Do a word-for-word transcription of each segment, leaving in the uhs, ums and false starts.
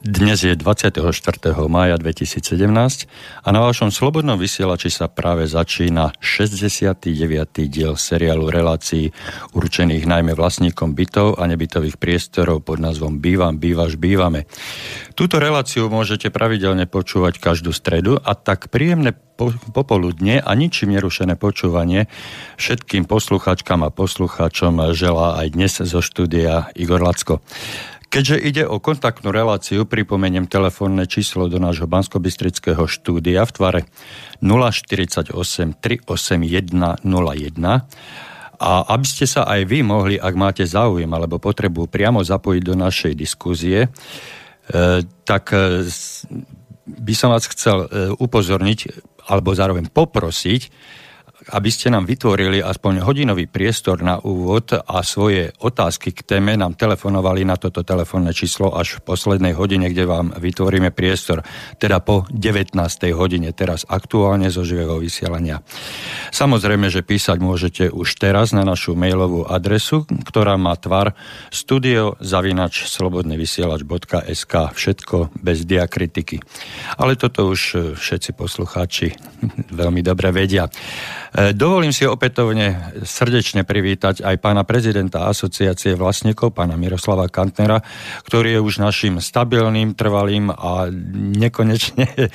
Dnes je dvadsiateho štvrtého mája dvetisícsedemnásť a na vašom slobodnom vysielači sa práve začína šesťdesiaty deviaty diel seriálu relácií určených najmä vlastníkom bytov a nebytových priestorov pod názvom Bývam, bývaš, bývame. Túto reláciu môžete pravidelne počúvať každú stredu a tak príjemné po, popoludne a ničím nerušené počúvanie všetkým poslucháčkam a poslucháčom želá aj dnes zo štúdia Igor Lacko. Keďže ide o kontaktnú reláciu, pripomeniem telefónne číslo do nášho banskobystrického štúdia v tvare nula štyridsaťosem tri osemdesiatjeden nula jeden. A aby ste sa aj vy mohli, ak máte záujem alebo potrebu priamo zapojiť do našej diskúzie, tak by som vás chcel upozorniť alebo zároveň poprosiť, aby ste nám vytvorili aspoň hodinový priestor na úvod a svoje otázky k téme nám telefonovali na toto telefónne číslo až v poslednej hodine, kde vám vytvoríme priestor, teda po devätnástej hodine, teraz aktuálne zo živého vysielania. Samozrejme, že písať môžete už teraz na našu mailovú adresu, ktorá má tvar studio zavináč slobodnyvysielač bodka es ká, všetko bez diakritiky. Ale toto už všetci poslucháči veľmi dobre vedia. Dovolím si opätovne srdečne privítať aj pána prezidenta Asociácie vlastníkov, pána Miroslava Kantnera, ktorý je už našim stabilným, trvalým a nekonečne e,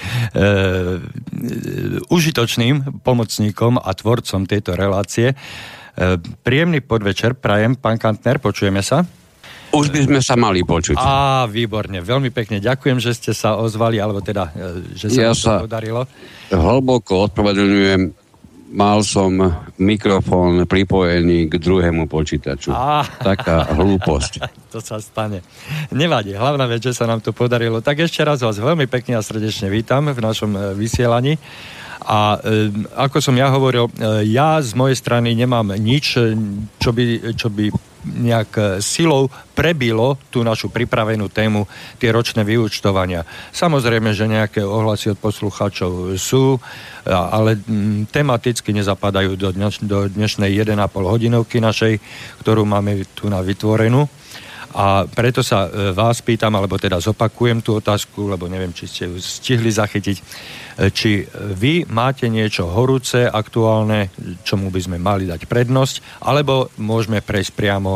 užitočným pomocníkom a tvorcom tejto relácie. E, príjemný podvečer prajem, pán Kantner, počujeme sa? Už by sme sa mali počuť. Á, výborne, veľmi pekne ďakujem, že ste sa ozvali, alebo teda, že sa ja vám to sa podarilo. Hlboko ospravedlňujem. Mal som mikrofón pripojený k druhému počítaču. Á. Taká hlúposť. To sa stane. Nevadí, hlavná vec, že sa nám to podarilo. Tak ešte raz vás veľmi pekne a srdečne vítam v našom vysielaní. A e, ako som ja hovoril, e, ja z mojej strany nemám nič, čo by, čo by nejak silou prebilo tú našu pripravenú tému, tie ročné vyúčtovania. Samozrejme, že nejaké ohlasy od poslucháčov sú, ale tematicky nezapadajú do, dneš, do dnešnej jeden a pol hodinovky našej, ktorú máme tu na vytvorenú. A preto sa vás pýtam, alebo teda zopakujem tú otázku, lebo neviem, či ste ju stihli zachytiť, či vy máte niečo horúce, aktuálne, čomu by sme mali dať prednosť, alebo môžeme prejsť priamo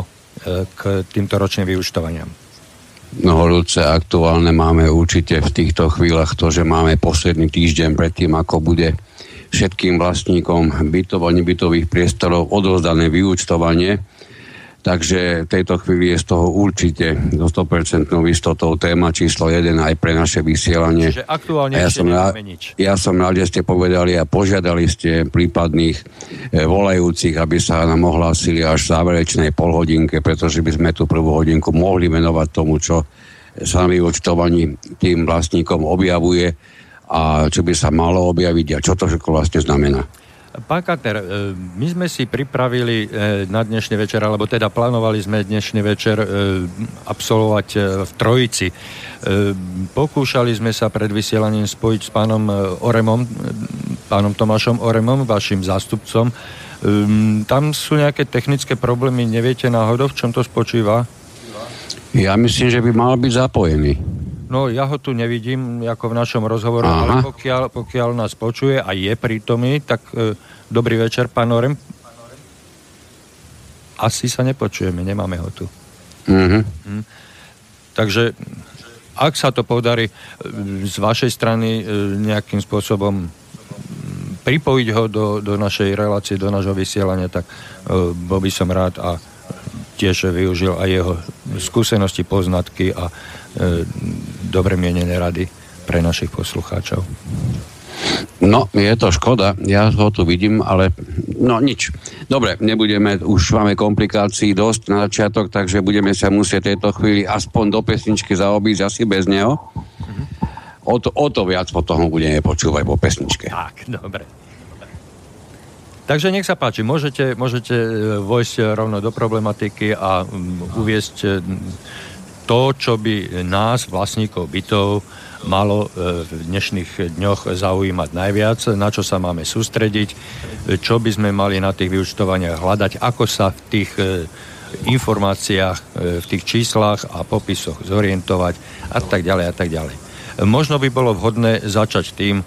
k týmto ročným vyúčtovaniam. No horúce, aktuálne máme určite v týchto chvíľach to, že máme posledný týždeň predtým, ako bude všetkým vlastníkom bytov a nebytových priestorov odovzdané vyúčtovanie. Takže v tejto chvíli je z toho určite do sto percent istotou téma číslo jeden aj pre naše vysielanie. Čiže aktuálne ja ešte nemáme nič. Ja som rád, že ste povedali a požiadali ste prípadných e, volajúcich, aby sa nám ohlásili až v záverečnej polhodinke, pretože by sme tú prvú hodinku mohli venovať tomu, čo sa na vyúčtovaní tým vlastníkom objavuje a čo by sa malo objaviť a čo to všetko vlastne znamená. Pán Kantner, my sme si pripravili na dnešný večer, alebo teda plánovali sme dnešný večer absolvovať v trojici. Pokúšali sme sa pred vysielaním spojiť s pánom Oremom, pánom Tomášom Oremom, vašim zástupcom. Tam sú nejaké technické problémy, neviete náhodou, v čom to spočíva? Ja myslím, že by mal byť zapojený. No, ja ho tu nevidím, ako v našom rozhovore, Aha. ale pokiaľ, pokiaľ nás počuje a je prítomný, tak e, dobrý večer, pán Orem. Asi sa nepočujeme, nemáme ho tu. Mm-hmm. Hm. Takže, ak sa to podarí e, z vašej strany e, nejakým spôsobom pripojiť ho do, do našej relácie, do nášho vysielania, tak e, bol by som rád a tiež využil aj jeho skúsenosti, poznatky a e, dobre mienené rady pre našich poslucháčov. No, je to škoda, ja ho tu vidím, ale no nič. Dobre, nebudeme, už máme komplikácií dosť na začiatok, takže budeme sa musieť tejto chvíli aspoň do pesničky zaobísť asi bez neho. Mm-hmm. O to, o to viac potom budeme počúvať po pesničke. Tak, dobre. Takže nech sa páči, môžete, môžete vojsť rovno do problematiky a um, uviesť to, čo by nás, vlastníkov bytov, malo v dnešných dňoch zaujímať najviac, na čo sa máme sústrediť, čo by sme mali na tých vyúčtovaniach hľadať, ako sa v tých informáciách, v tých číslach a popisoch zorientovať a tak ďalej a tak ďalej. Možno by bolo vhodné začať tým,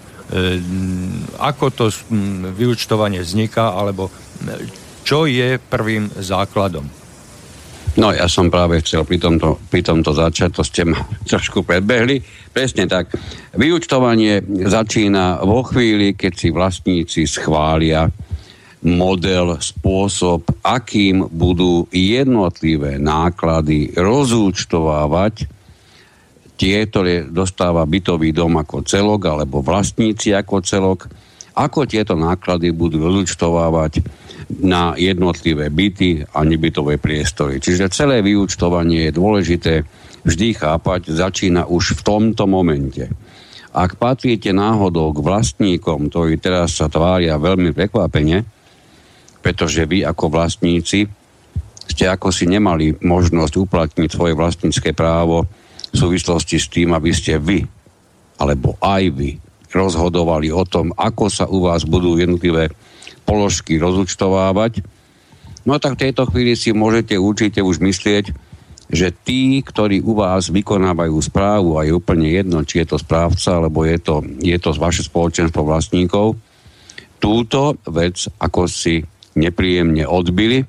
ako to vyúčtovanie vzniká, alebo čo je prvým základom. No ja som práve chcel pri tomto, pri tomto začať, to ste ma trošku predbehli. Presne tak. Vyúčtovanie začína vo chvíli, keď si vlastníci schvália model, spôsob, akým budú jednotlivé náklady rozúčtovávať tie, ktoré dostáva bytový dom ako celok alebo vlastníci ako celok, ako tieto náklady budú rozúčtovávať na jednotlivé byty a nebytové priestory. Čiže celé vyúčtovanie je dôležité vždy chápať, začína už v tomto momente. Ak patríte náhodou k vlastníkom, ktorí teraz sa tvária veľmi prekvapene, pretože vy ako vlastníci ste ako si nemali možnosť uplatniť svoje vlastnícke právo v súvislosti s tým, aby ste vy, alebo aj vy, rozhodovali o tom, ako sa u vás budú jednotlivé položky rozúčtovávať, no tak v tejto chvíli si môžete určite už myslieť, že tí, ktorí u vás vykonávajú správu, a je úplne jedno, či je to správca, alebo je to, je to vaše spoločenstvo vlastníkov, túto vec ako si nepríjemne odbili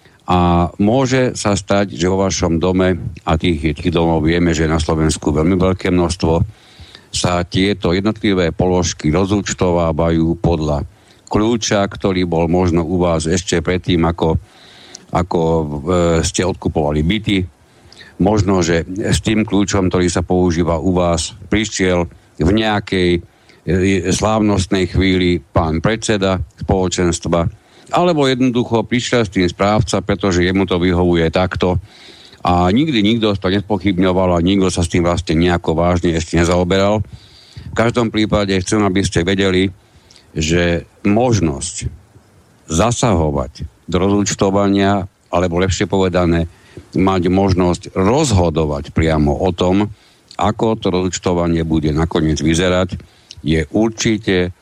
a môže sa stať, že vo vašom dome, a tých, tých domov vieme, že na Slovensku veľmi veľké množstvo, sa tieto jednotlivé položky rozúčtovávajú podľa kľúča, ktorý bol možno u vás ešte predtým, ako, ako e, ste odkupovali byty. Možno, že s tým kľúčom, ktorý sa používa u vás, prišiel v nejakej e, slávnostnej chvíli pán predseda spoločenstva, alebo jednoducho prišiel s tým správca, pretože jemu to vyhovuje takto. A nikdy nikto to nespochybňoval a nikto sa s tým vlastne nejako vážne ešte nezaoberal. V každom prípade chcem, aby ste vedeli, že možnosť zasahovať do rozúčtovania, alebo lepšie povedané, mať možnosť rozhodovať priamo o tom, ako to rozúčtovanie bude nakoniec vyzerať, je určite,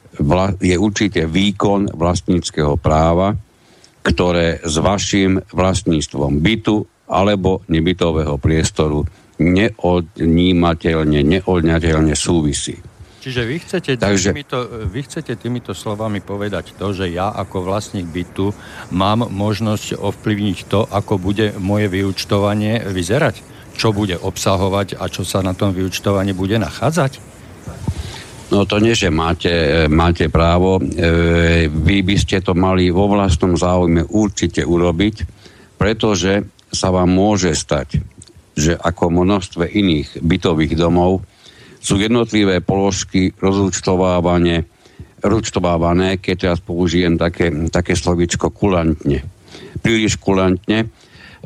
je určite výkon vlastníckeho práva, ktoré s vašim vlastníctvom bytu alebo nebytového priestoru neodnímateľne, neodňateľne súvisí. Čiže vy chcete, Takže... týmito, vy chcete týmito slovami povedať to, že ja ako vlastník bytu mám možnosť ovplyvniť to, ako bude moje vyúčtovanie vyzerať? Čo bude obsahovať a čo sa na tom vyúčtovaní bude nachádzať? No to nie, že máte, máte právo. E, vy by ste to mali vo vlastnom záujme určite urobiť, pretože sa vám môže stať, že ako množstve iných bytových domov sú jednotlivé položky rozúčtovávané, rozúčtovávané, keď teraz použijem také, také slovíčko kulantne. Príliš kulantne e,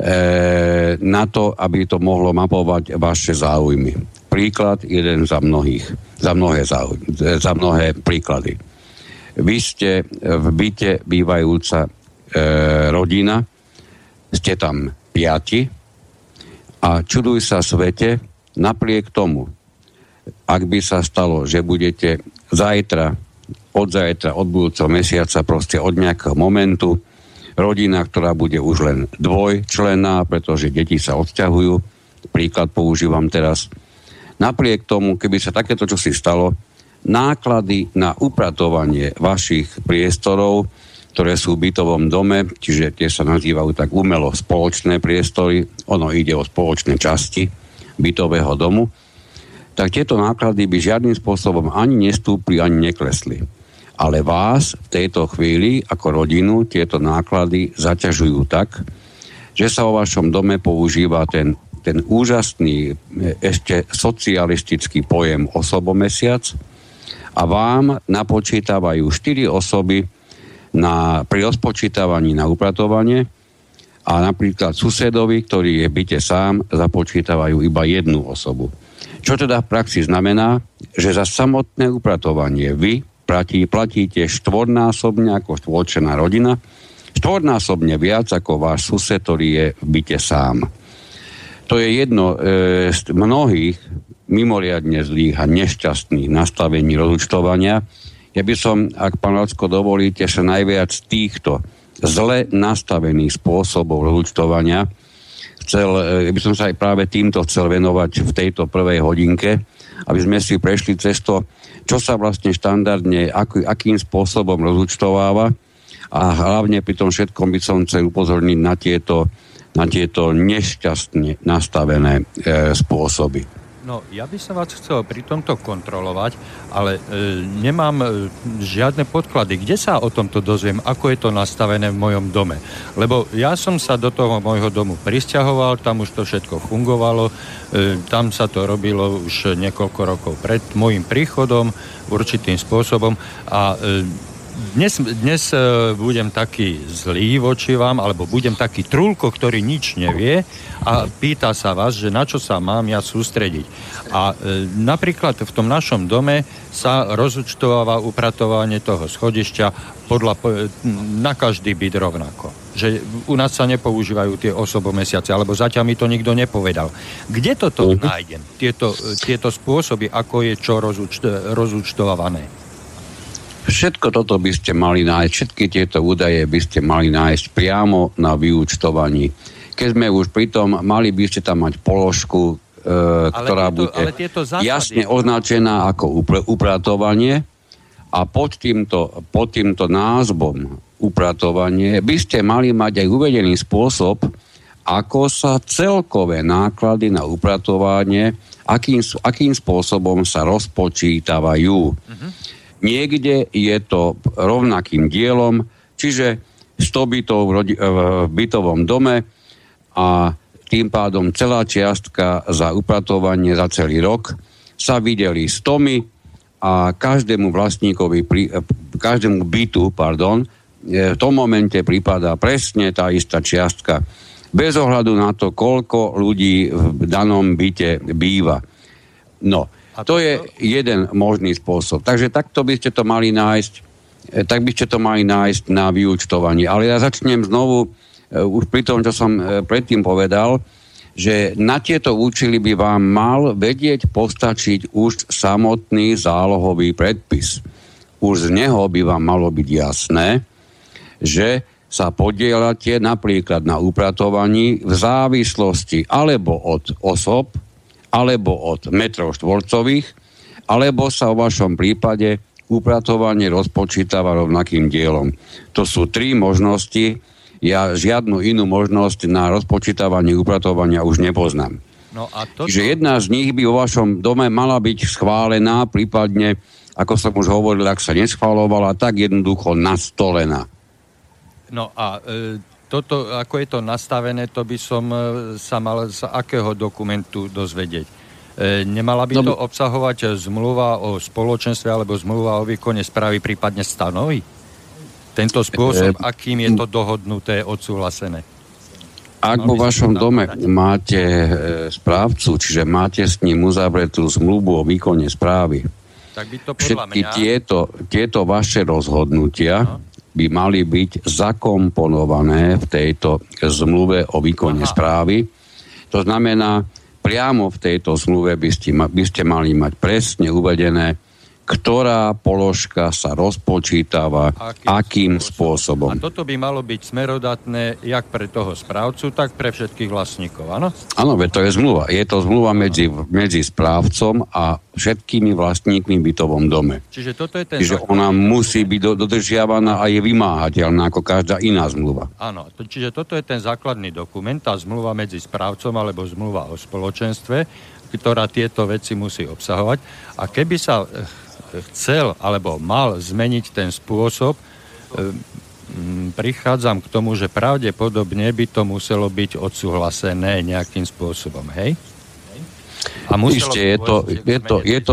na to, aby to mohlo mapovať vaše záujmy. Príklad jeden za mnohých, za mnohé záujmy, za mnohé príklady. Vy ste v byte bývajúca e, rodina, ste tam piati a čuduj sa svete, napriek tomu, ak by sa stalo, že budete zajtra, od zajtra, od budúceho mesiaca, proste od nejakého momentu, rodina, ktorá bude už len dvojčlenná, pretože deti sa odsťahujú, príklad používam teraz, napriek tomu, keby sa takéto čosi stalo, náklady na upratovanie vašich priestorov, ktoré sú v bytovom dome, čiže tie sa nazývajú tak umelo spoločné priestory, ono ide o spoločné časti bytového domu, tak tieto náklady by žiadnym spôsobom ani nestúpli, ani neklesli. Ale vás v tejto chvíli ako rodinu tieto náklady zaťažujú tak, že sa vo vašom dome používa ten, ten úžasný ešte socialistický pojem osobomesiac a vám napočítavajú štyri osoby na, pri rozpočítavaní na upratovanie a napríklad susedovi, ktorý je v byte sám, započítavajú iba jednu osobu. Čo teda v praxi znamená, že za samotné upratovanie vy platí, platíte štvornásobne ako štvorčlená rodina, štvornásobne viac ako váš sused, ktorý je v byte sám. To je jedno e, z mnohých mimoriadne zlých a nešťastných nastavení rozúčtovania. Ja by som, ak pán Lacko dovolíte, sa najviac týchto zle nastavených spôsobov rozúčtovania. Chcel, by som sa aj práve týmto chcel venovať v tejto prvej hodinke, aby sme si prešli cez to, čo sa vlastne štandardne, aký, akým spôsobom rozúčtováva, a hlavne pri tom všetkom by som chcel upozorniť na tieto, na tieto nešťastne nastavené e, spôsoby. No, ja by som vás chcel pri tomto kontrolovať, ale e, nemám e, žiadne podklady. Kde sa o tomto dozviem? Ako je to nastavené v mojom dome? Lebo ja som sa do toho môjho domu prisťahoval, tam už to všetko fungovalo, e, tam sa to robilo už niekoľko rokov pred môjim príchodom určitým spôsobom a e, Dnes, dnes uh, budem taký zlý voči vám, alebo budem taký trúlko, ktorý nič nevie a pýta sa vás, že na čo sa mám ja sústrediť. A uh, napríklad v tom našom dome sa rozúčtováva upratovanie toho schodišťa podľa, na každý byt rovnako. Že u nás sa nepoužívajú tie osobomesiace, alebo zatiaľ mi to nikto nepovedal. Kde toto uh-huh. nájdem? Tieto, tieto spôsoby, ako je čo rozúčt, rozúčtovávané? Všetko toto by ste mali nájsť, všetky tieto údaje by ste mali nájsť priamo na vyúčtovaní. Keď sme už pri tom, mali by ste tam mať položku, e, ktorá tieto, bude jasne označená ako upr- upratovanie a pod týmto, pod týmto názvom upratovanie by ste mali mať aj uvedený spôsob, ako sa celkové náklady na upratovanie, akým, akým spôsobom sa rozpočítavajú. Mhm. Niekde je to rovnakým dielom, čiže sto bytov v, rodi- v bytovom dome a tým pádom celá čiastka za upratovanie za celý rok sa videli stomi a každému vlastníkovi, každému bytu, pardon, v tom momente pripadá presne tá istá čiastka. Bez ohľadu na to, koľko ľudí v danom byte býva. No, to je jeden možný spôsob. Takže takto by ste to mali nájsť, tak by ste to mali nájsť na vyúčtovaní. Ale ja začnem znovu, uh, už pri tom, čo som uh, predtým povedal, že na tieto účely by vám mal vedieť postačiť už samotný zálohový predpis. Už z neho by vám malo byť jasné, že sa podieľate napríklad na upratovaní v závislosti alebo od osob, alebo od metrov štvorcových, alebo sa v vašom prípade upratovanie rozpočítava rovnakým dielom. To sú tri možnosti. Ja žiadnu inú možnosť na rozpočítavanie upratovania už nepoznám. No a toto... Čiže jedna z nich by vo vašom dome mala byť schválená, prípadne, ako som už hovoril, ak sa neschválovala, tak jednoducho nastolená. No a... E... Toto, ako je to nastavené, to by som sa mal z akého dokumentu dozvedieť. E, nemala by no, to obsahovať zmluva o spoločenstve alebo zmluva o výkone správy, prípadne stanovy? Tento spôsob, e, akým je to dohodnuté, odsúhlasené? Ak vo vašom dome máte e, správcu, čiže máte s ním uzavretú zmluvu o výkone správy, tak by to podľa všetky mňa... tieto, tieto vaše rozhodnutia... No. by mali byť zakomponované v tejto zmluve o výkone Aha. správy. To znamená, priamo v tejto zmluve by ste, by ste mali mať presne uvedené, ktorá položka sa rozpočítava, akým, akým spôsobom. A toto by malo byť smerodatné jak pre toho správcu, tak pre všetkých vlastníkov, áno? Áno, to je zmluva. Je to zmluva medzi, medzi správcom a všetkými vlastníkmi v bytovom dome. Čiže toto je ten Čiže ona musí byť dodržiavaná a je vymáhateľná ako každá iná zmluva. Áno, to, čiže toto je ten základný dokument, tá zmluva medzi správcom alebo zmluva o spoločenstve, ktorá tieto veci musí obsahovať. A keby sa chcel alebo mal zmeniť ten spôsob, prichádzam k tomu, že pravdepodobne by to muselo byť odsúhlasené nejakým spôsobom, hej? A Ešte, je to, je, to, je to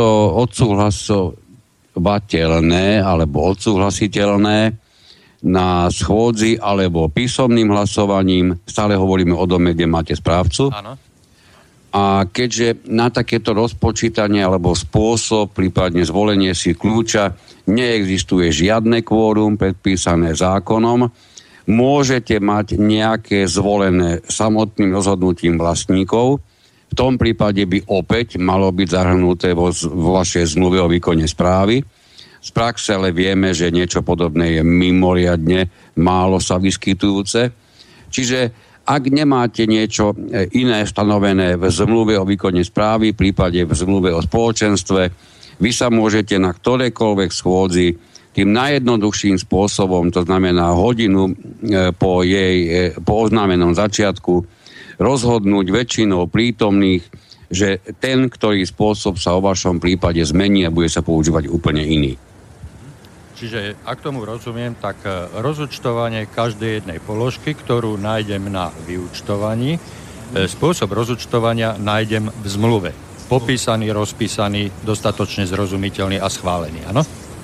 odsúhlasovateľné alebo odsúhlasiteľné na schôdzi alebo písomným hlasovaním. Stále hovoríme o dome, kde máte správcu. Áno. A keďže na takéto rozpočítanie alebo spôsob, prípadne zvolenie si kľúča, neexistuje žiadne kvórum predpísané zákonom, môžete mať nejaké zvolené samotným rozhodnutím vlastníkov. V tom prípade by opäť malo byť zahrnuté vo, vo vašej zmluve o výkone správy. Z praxe ale vieme, že niečo podobné je mimoriadne málo sa vyskytujúce. Čiže ak nemáte niečo iné stanovené v zmluve o výkone správy, v prípade v zmluve o spoločenstve, vy sa môžete na ktorejkoľvek schôdzi tým najjednoduchším spôsobom, to znamená hodinu po jej po oznámenom začiatku, rozhodnúť väčšinou prítomných, že ten, ktorý spôsob sa o vašom prípade zmení a bude sa používať úplne iný. Čiže, ak tomu rozumiem, tak rozúčtovanie každej jednej položky, ktorú nájdem na vyúčtovaní, spôsob rozúčtovania nájdem v zmluve. Popísaný, rozpísaný, dostatočne zrozumiteľný a schválený, áno?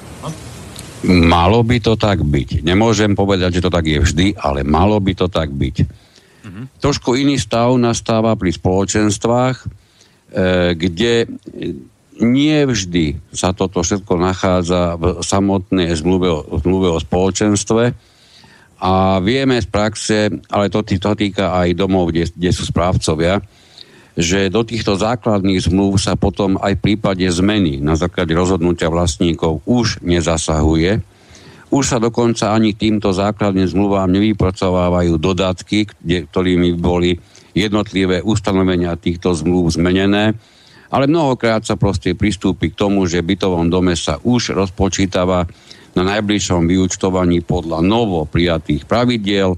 Malo by to tak byť. Nemôžem povedať, že to tak je vždy, ale malo by to tak byť. Uh-huh. Trošku iný stav nastáva pri spoločenstvách, e, kde nie vždy sa toto všetko nachádza v samotnej zmluve o, zmluve o spoločenstve a vieme z praxe, ale to, to týka aj domov, kde, kde sú správcovia, že do týchto základných zmluv sa potom aj v prípade zmeny na základe rozhodnutia vlastníkov už nezasahuje. Už sa dokonca ani týmto základným zmluvám nevypracovávajú dodatky, kde, ktorými boli jednotlivé ustanovenia týchto zmluv zmenené, ale mnohokrát sa proste pristúpi k tomu, že v bytovom dome sa už rozpočítava na najbližšom vyúčtovaní podľa novo prijatých pravidiel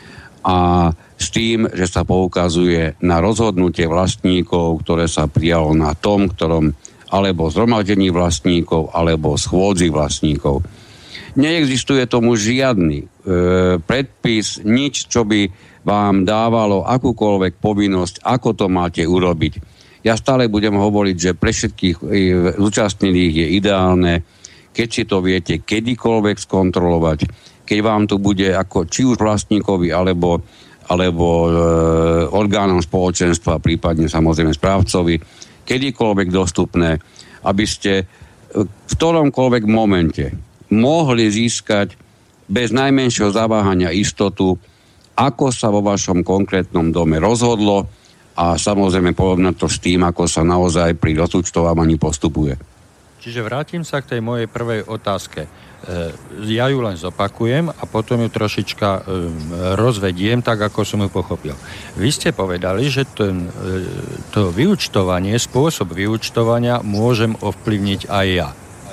a s tým, že sa poukazuje na rozhodnutie vlastníkov, ktoré sa prijalo na tom, ktorom alebo zhromaždení vlastníkov, alebo schôdzi vlastníkov. Neexistuje tomu žiadny e, predpis, nič, čo by vám dávalo akúkoľvek povinnosť, ako to máte urobiť. Ja stále budem hovoriť, že pre všetkých e, zúčastnených je ideálne, keď si to viete kedykoľvek skontrolovať, keď vám to bude ako či už vlastníkovi, alebo alebo e, orgánom spoločenstva, prípadne samozrejme správcovi, kedykoľvek dostupné, aby ste v ktoromkoľvek momente mohli získať bez najmenšieho zaváhania istotu, ako sa vo vašom konkrétnom dome rozhodlo a samozrejme porovnať to s tým, ako sa naozaj pri rozúčtovaní postupuje. Čiže vrátim sa k tej mojej prvej otázke. Ja ju len zopakujem a potom ju trošička rozvediem, tak ako som ju pochopil. Vy ste povedali, že ten, to vyúčtovanie, spôsob vyúčtovania môžem ovplyvniť aj ja.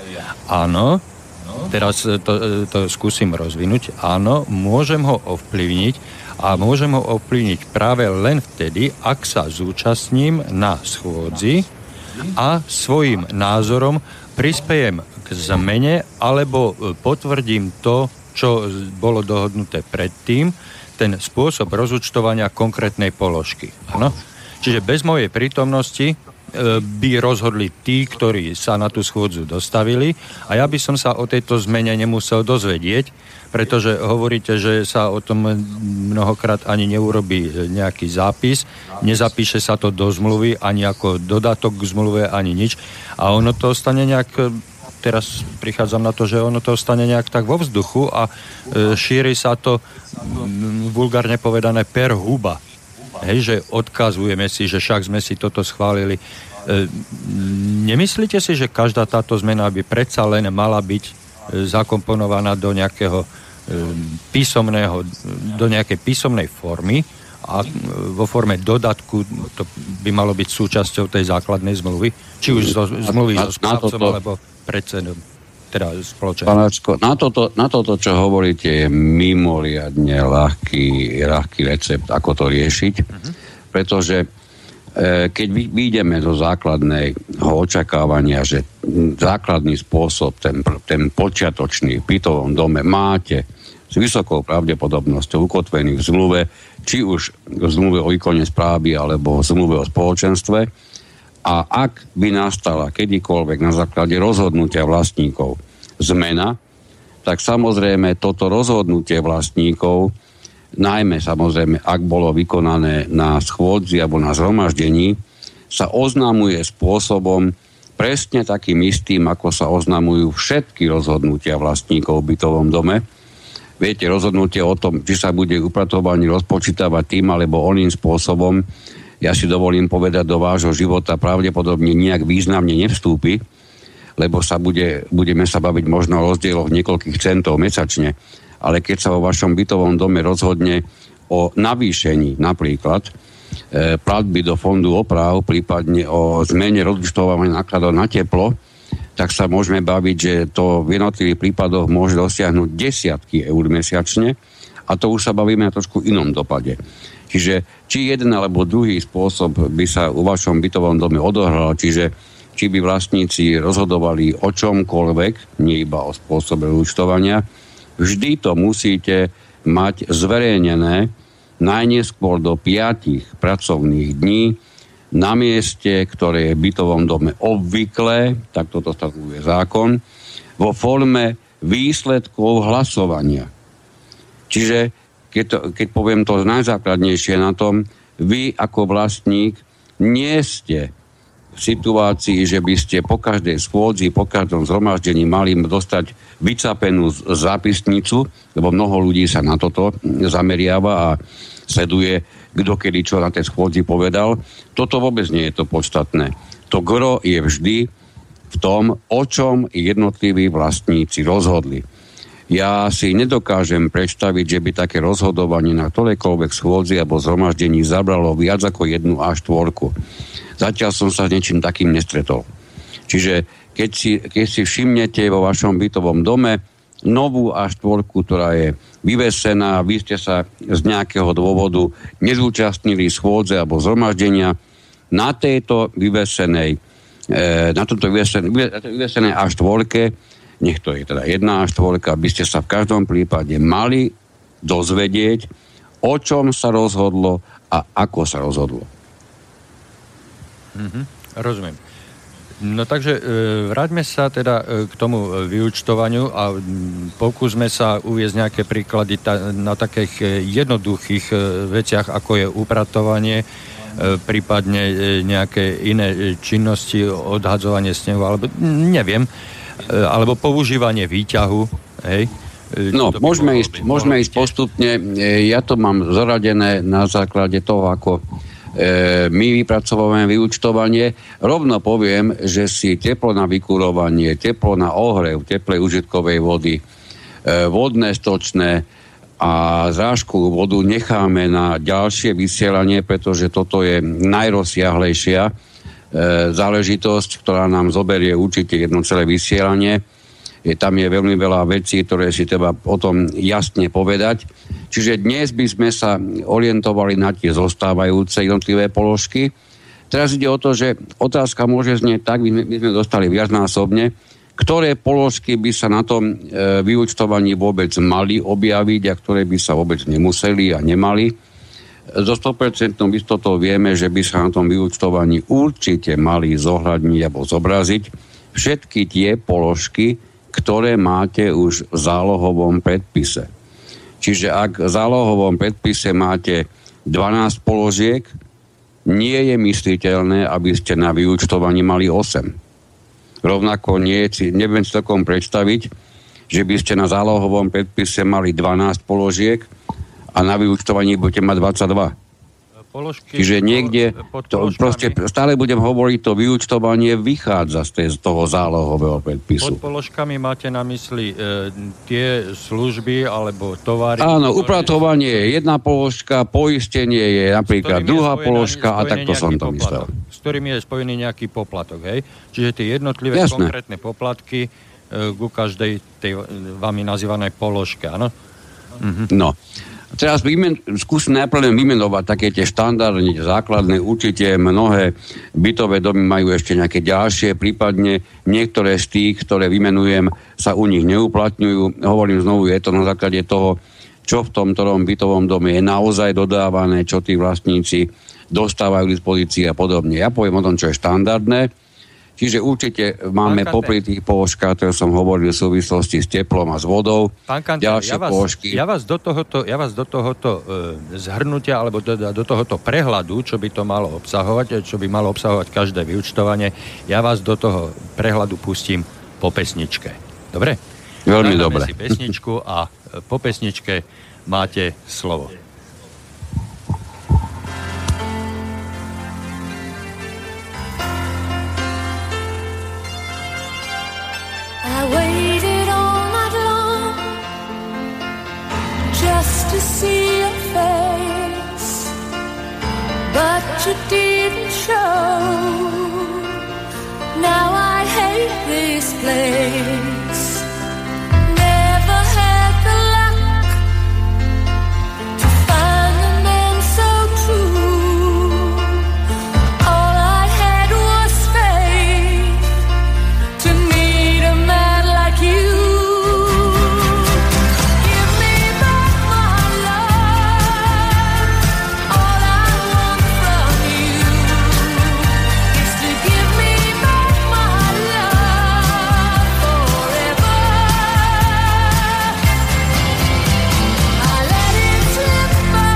Áno, teraz to, to skúsim rozvinúť. Áno, môžem ho ovplyvniť a môžem ho ovplyvniť práve len vtedy, ak sa zúčastním na schôdzi a svojím názorom prispejem k zmene alebo potvrdím to, čo bolo dohodnuté predtým, ten spôsob rozúčtovania konkrétnej položky. Ano? Čiže bez mojej prítomnosti e, by rozhodli tí, ktorí sa na tú schôdzu dostavili a ja by som sa o tejto zmene nemusel dozvedieť, pretože hovoríte, že sa o tom mnohokrát ani neurobí nejaký zápis, nezapíše sa to do zmluvy, ani ako dodatok k zmluve, ani nič a ono to ostane nejak... Teraz prichádzam na to, že ono to ostane nejak tak vo vzduchu a e, šíri sa to m, vulgárne povedané per huba. Hej, že odkazujeme si, že však sme si toto schválili. E, nemyslíte si, že každá táto zmena by predsa len mala byť e, zakomponovaná do nejakého e, písomného, do nejakej písomnej formy a e, vo forme dodatku to by malo byť súčasťou tej základnej zmluvy? Či už zo, zmluvy so správcom, alebo predsedom, teda spoločenstva. Panáčko, na toto, na toto, čo hovoríte, je mimoriadne ľahký, ľahký recept, ako to riešiť, uh-huh. pretože e, keď vyjdeme do základného očakávania, že základný spôsob, ten, ten počiatočný v bytovom dome máte s vysokou pravdepodobnosťou ukotvený v zmluve, či už v zmluve o výkone správy, alebo v zmluve o spoločenstve. A ak by nastala kedykoľvek na základe rozhodnutia vlastníkov zmena, tak samozrejme toto rozhodnutie vlastníkov, najmä samozrejme, ak bolo vykonané na schôdzi alebo na zhromaždení, sa oznamuje spôsobom presne takým istým, ako sa oznamujú všetky rozhodnutia vlastníkov v bytovom dome. Viete, rozhodnutie o tom, či sa bude upratovanie rozpočítavať tým alebo oným spôsobom, ja si dovolím povedať, do vášho života pravdepodobne nejak významne nevstúpi, lebo sa bude, budeme sa baviť možno o rozdieloch niekoľkých centov mesačne, ale keď sa vo vašom bytovom dome rozhodne o navýšení napríklad e, platby do fondu oprav, prípadne o zmene rozúčtovania nákladov na teplo, tak sa môžeme baviť, že to v jednotlivých prípadoch môže dosiahnuť desiatky eur mesačne a to už sa bavíme na trošku inom dopade. Čiže či jeden alebo druhý spôsob by sa u vašom bytovom dome odohral, čiže či by vlastníci rozhodovali o čomkoľvek, nie iba o spôsobe účtovania, vždy to musíte mať zverejnené najneskôr do piatich pracovných dní na mieste, ktoré je v bytovom dome obvyklé, tak toto stanovuje zákon, vo forme výsledkov hlasovania. Čiže keď, to, keď poviem to najzákladnejšie na tom, vy ako vlastník nie ste v situácii, že by ste po každej schôdzi, po každom zhromaždení mali dostať vycapenú zápisnicu, lebo mnoho ľudí sa na toto zameriava a sleduje, kto kedy čo na tej schôdzi povedal. Toto vôbec nie je to podstatné. To gro je vždy v tom, o čom jednotliví vlastníci rozhodli. Ja si nedokážem predstaviť, že by také rozhodovanie na ktorejkoľvek schôdzi alebo zhromaždení zabralo viac ako jednu á štyri. Zatiaľ som sa s niečím takým nestretol. Čiže keď si, keď si všimnete vo vašom bytovom dome novú á štyri, ktorá je vyvesená, vy ste sa z nejakého dôvodu nezúčastnili schôdze alebo zhromaždenia, na tejto vyvesenej e, na tomto vyvesenej, vyvesenej á štyri, nech to je teda jedna á štyri, by ste sa v každom prípade mali dozvedieť, o čom sa rozhodlo a ako sa rozhodlo. Mm-hmm, rozumiem. No takže e, vráťme sa teda e, k tomu vyúčtovaniu a m, pokúsme sa uviesť nejaké príklady ta, na takých e, jednoduchých e, veciach, ako je upratovanie, e, prípadne e, nejaké iné e, činnosti, odhadzovanie snehu, alebo neviem, e, alebo používanie výťahu, hej. E, no, môžeme ísť, byť, môžeme ísť postupne. E, ja to mám zoradené na základe toho, ako my vypracovávame vyúčtovanie. Rovno poviem, že si teplo na vykurovanie, teplo na ohrev teplej užitkovej vody, vodné stočné a zrážkovú vodu necháme na ďalšie vysielanie, pretože toto je najrozsiahlejšia záležitosť, ktorá nám zoberie určite jedno celé vysielanie. Je, tam je veľmi veľa vecí, ktoré si treba o tom jasne povedať. Čiže dnes by sme sa orientovali na tie zostávajúce jednotlivé položky. Teraz ide o to, že otázka môže znieť tak, my, my sme dostali viacnásobne, ktoré položky by sa na tom e, vyúčtovaní vôbec mali objaviť a ktoré by sa vôbec nemuseli a nemali. So sto percent istotou vieme, že by sa na tom vyúčtovaní určite mali zohľadniť alebo zobraziť všetky tie položky, ktoré máte už v zálohovom predpise. Čiže ak v zálohovom predpise máte dvanásť položiek, nie je mysliteľné, aby ste na vyúčtovaní mali osem. Rovnako nie, neviem si takom predstaviť, že by ste na zálohovom predpise mali dvanásť položiek a na vyúčtovaní budete mať dvadsaťdva. Položky, Čiže niekde, to, proste stále budem hovoriť, to vyúčtovanie vychádza z, tej, z toho zálohového predpisu. Pod položkami máte na mysli e, tie služby alebo tovary? Áno, ktoré... upratovanie je jedna položka, poistenie je napríklad druhá je položka a takto som to myslel. S ktorým je spojený nejaký poplatok, hej? Čiže tie jednotlivé Jasné. konkrétne poplatky e, ku každej tej vami nazývanej položke, áno? Mhm. No. Teraz vymen, skúsim najprv vymenovať také tie štandardne, základné, určite mnohé bytové domy majú ešte nejaké ďalšie, prípadne niektoré z tých, ktoré vymenujem, sa u nich neuplatňujú. Hovorím znovu, je to na základe toho, čo v tom ktorom bytovom dome je naozaj dodávané, čo tí vlastníci dostávajú k dispozícii a podobne. Ja poviem o tom, čo je štandardné. Čiže určite máme popri tých položkách, ktoré som hovoril v súvislosti s teplom a s vodou. Pán Kanter, ja vás, ja vás do tohoto, ja vás do tohoto e, zhrnutia alebo do, do tohoto prehľadu, čo by to malo obsahovať, čo by malo obsahovať každé vyúčtovanie, ja vás do toho prehľadu pustím po pesničke. Dobre? Veľmi dobre. Si pesničku a po pesničke máte slovo. you didn't show. Now I hate this place. Never had the luck to find a man so true. All I had was faith to meet a man like you. Give me back my love. All I want from you is to give me back my love forever. I let it slip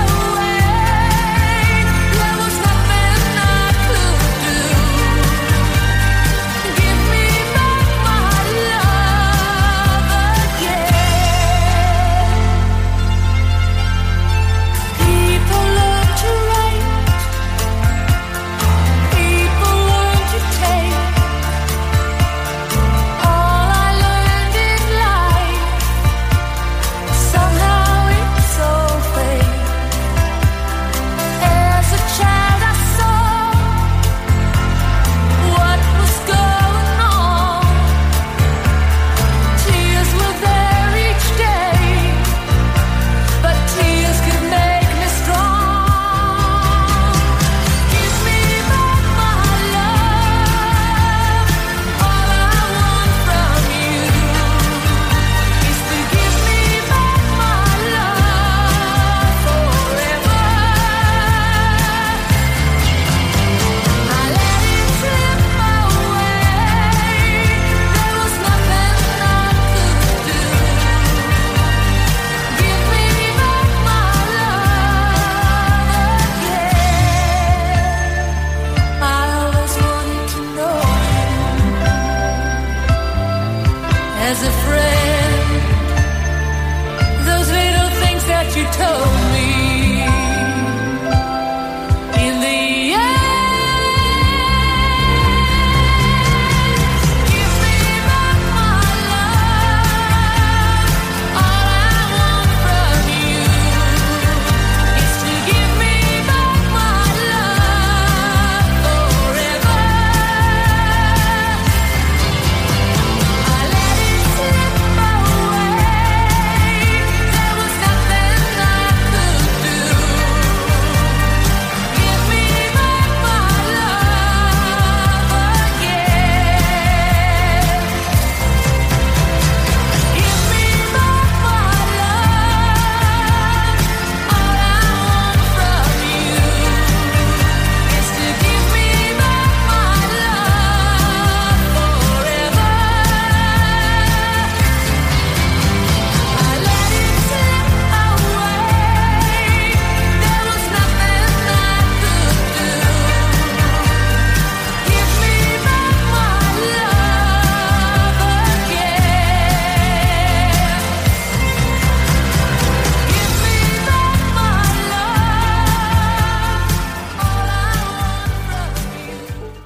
away. There was nothing I could do. Give me back my love again. People learn to write. People learn to take. All I learned in life, somehow it's all fake. As a child I saw what was going on. Tears were there each day, but tears could make me strong. Give me back my love. All I want from you is to give me back my love forever. I let it slip away. There was nothing I could do. Give me back my love again. I always wanted to know you as a friend. Those little things that you told me in the end. Give me back my love. All I want from you is to give me back my love forever. I let it slip away. There was nothing I could do. Give me back my love again. Give me back my love. All I want from you is to give me back my love forever. I let it slip away. There was nothing I could do. Give me back my love again. Give me back my love. All I want from you.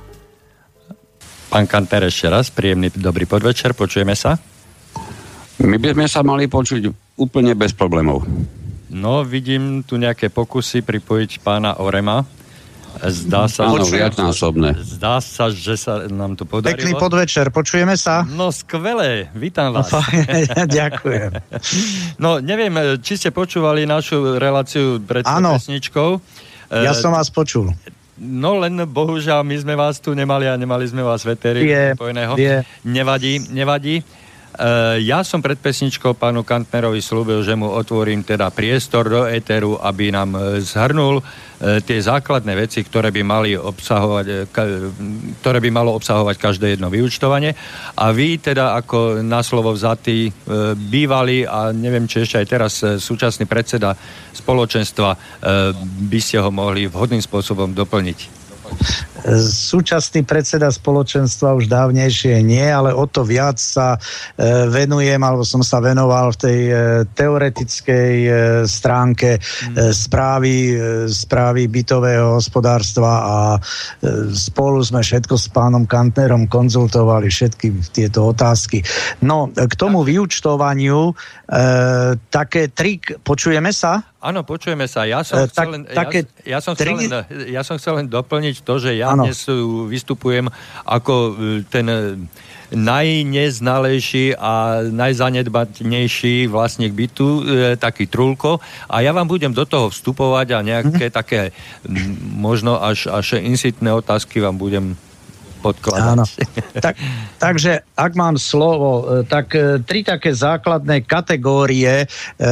Pán Kanter, ešte raz, príjemný dobrý podvečer, počujeme sa? My by sme sa mali počuť úplne bez problémov. No, vidím tu nejaké pokusy pripojiť pána Orema. Zdá sa, Áno, že, viacnásobné. zdá sa, že sa nám to podarilo. Pekný podvečer, počujeme sa? No, skvelé, vítam vás. Ďakujem. No, neviem, či ste počúvali našu reláciu pred Áno. pesničkou. Ja som vás počul. No len bohužiaľ, my sme vás tu nemali a nemali sme vás v etéri Vie, spojeného. vie. Nevadí, nevadí. Uh, ja som pred pesničkou pánu Kantnerovi slúbil, že mu otvorím teda priestor do éteru, aby nám uh, zhrnul uh, tie základné veci, ktoré by mali obsahovať, uh, ka, ktoré by malo obsahovať každé jedno vyúčtovanie. A vy teda ako na slovo vzatý uh, bývalý a neviem, či ešte aj teraz uh, súčasný predseda spoločenstva uh, by ste ho mohli vhodným spôsobom doplniť. Súčasný predseda spoločenstva už dávnejšie nie, ale o to viac sa e, venujem, alebo som sa venoval v tej e, teoretickej e, stránke e, správy, e, správy bytového hospodárstva a e, spolu sme všetko s pánom Kantnerom konzultovali všetky tieto otázky. No, k tomu vyúčtovaniu e, také tri, počujeme sa? Áno, počujeme sa. Ja som, E, tak- chcel, len, také ja, ja, som chcel tri- len, ja som chcel len doplniť to, že ja Áno. dnes uh, vystupujem ako uh, ten uh, najneznalejší a najzanedbatnejší vlastník bytu, e, taký Trulko, a ja vám budem do toho vstupovať a nejaké mm. také m, možno až, až insitné otázky vám budem podkladať. Áno. Tak, takže ak mám slovo, e, tak e, tri také základné kategórie e,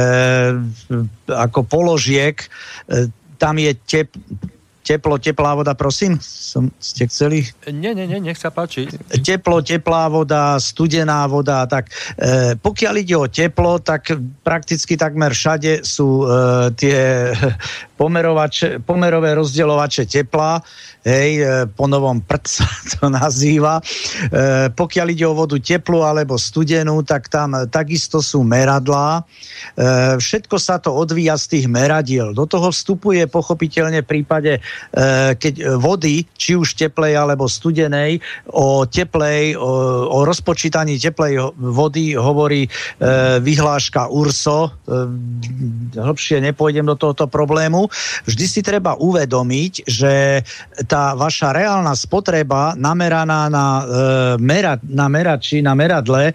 ako položiek, e, tam je tep, teplo, teplá voda, prosím, som, ste chceli? Nie, nie, nie, nech sa páči. Teplo, teplá voda, studená voda, tak e, pokiaľ ide o teplo, tak prakticky takmer všade sú e, tie pomerovače, pomerové rozdeľovače tepla, hej, e, po novom prd sa to nazýva. E, pokiaľ ide o vodu teplú alebo studenú, tak tam takisto sú meradlá. E, všetko sa to odvíja z tých meradiel. Do toho vstupuje pochopiteľne v prípade, e, keď vody, či už teplej alebo studenej, o teplej, o, o rozpočítaní teplej vody hovorí e, vyhláška URSO. E, hlbšie nepôjdem do tohoto problému. Vždy si treba uvedomiť, že tá vaša reálna spotreba nameraná na, e, mera, na merači, na meradle e,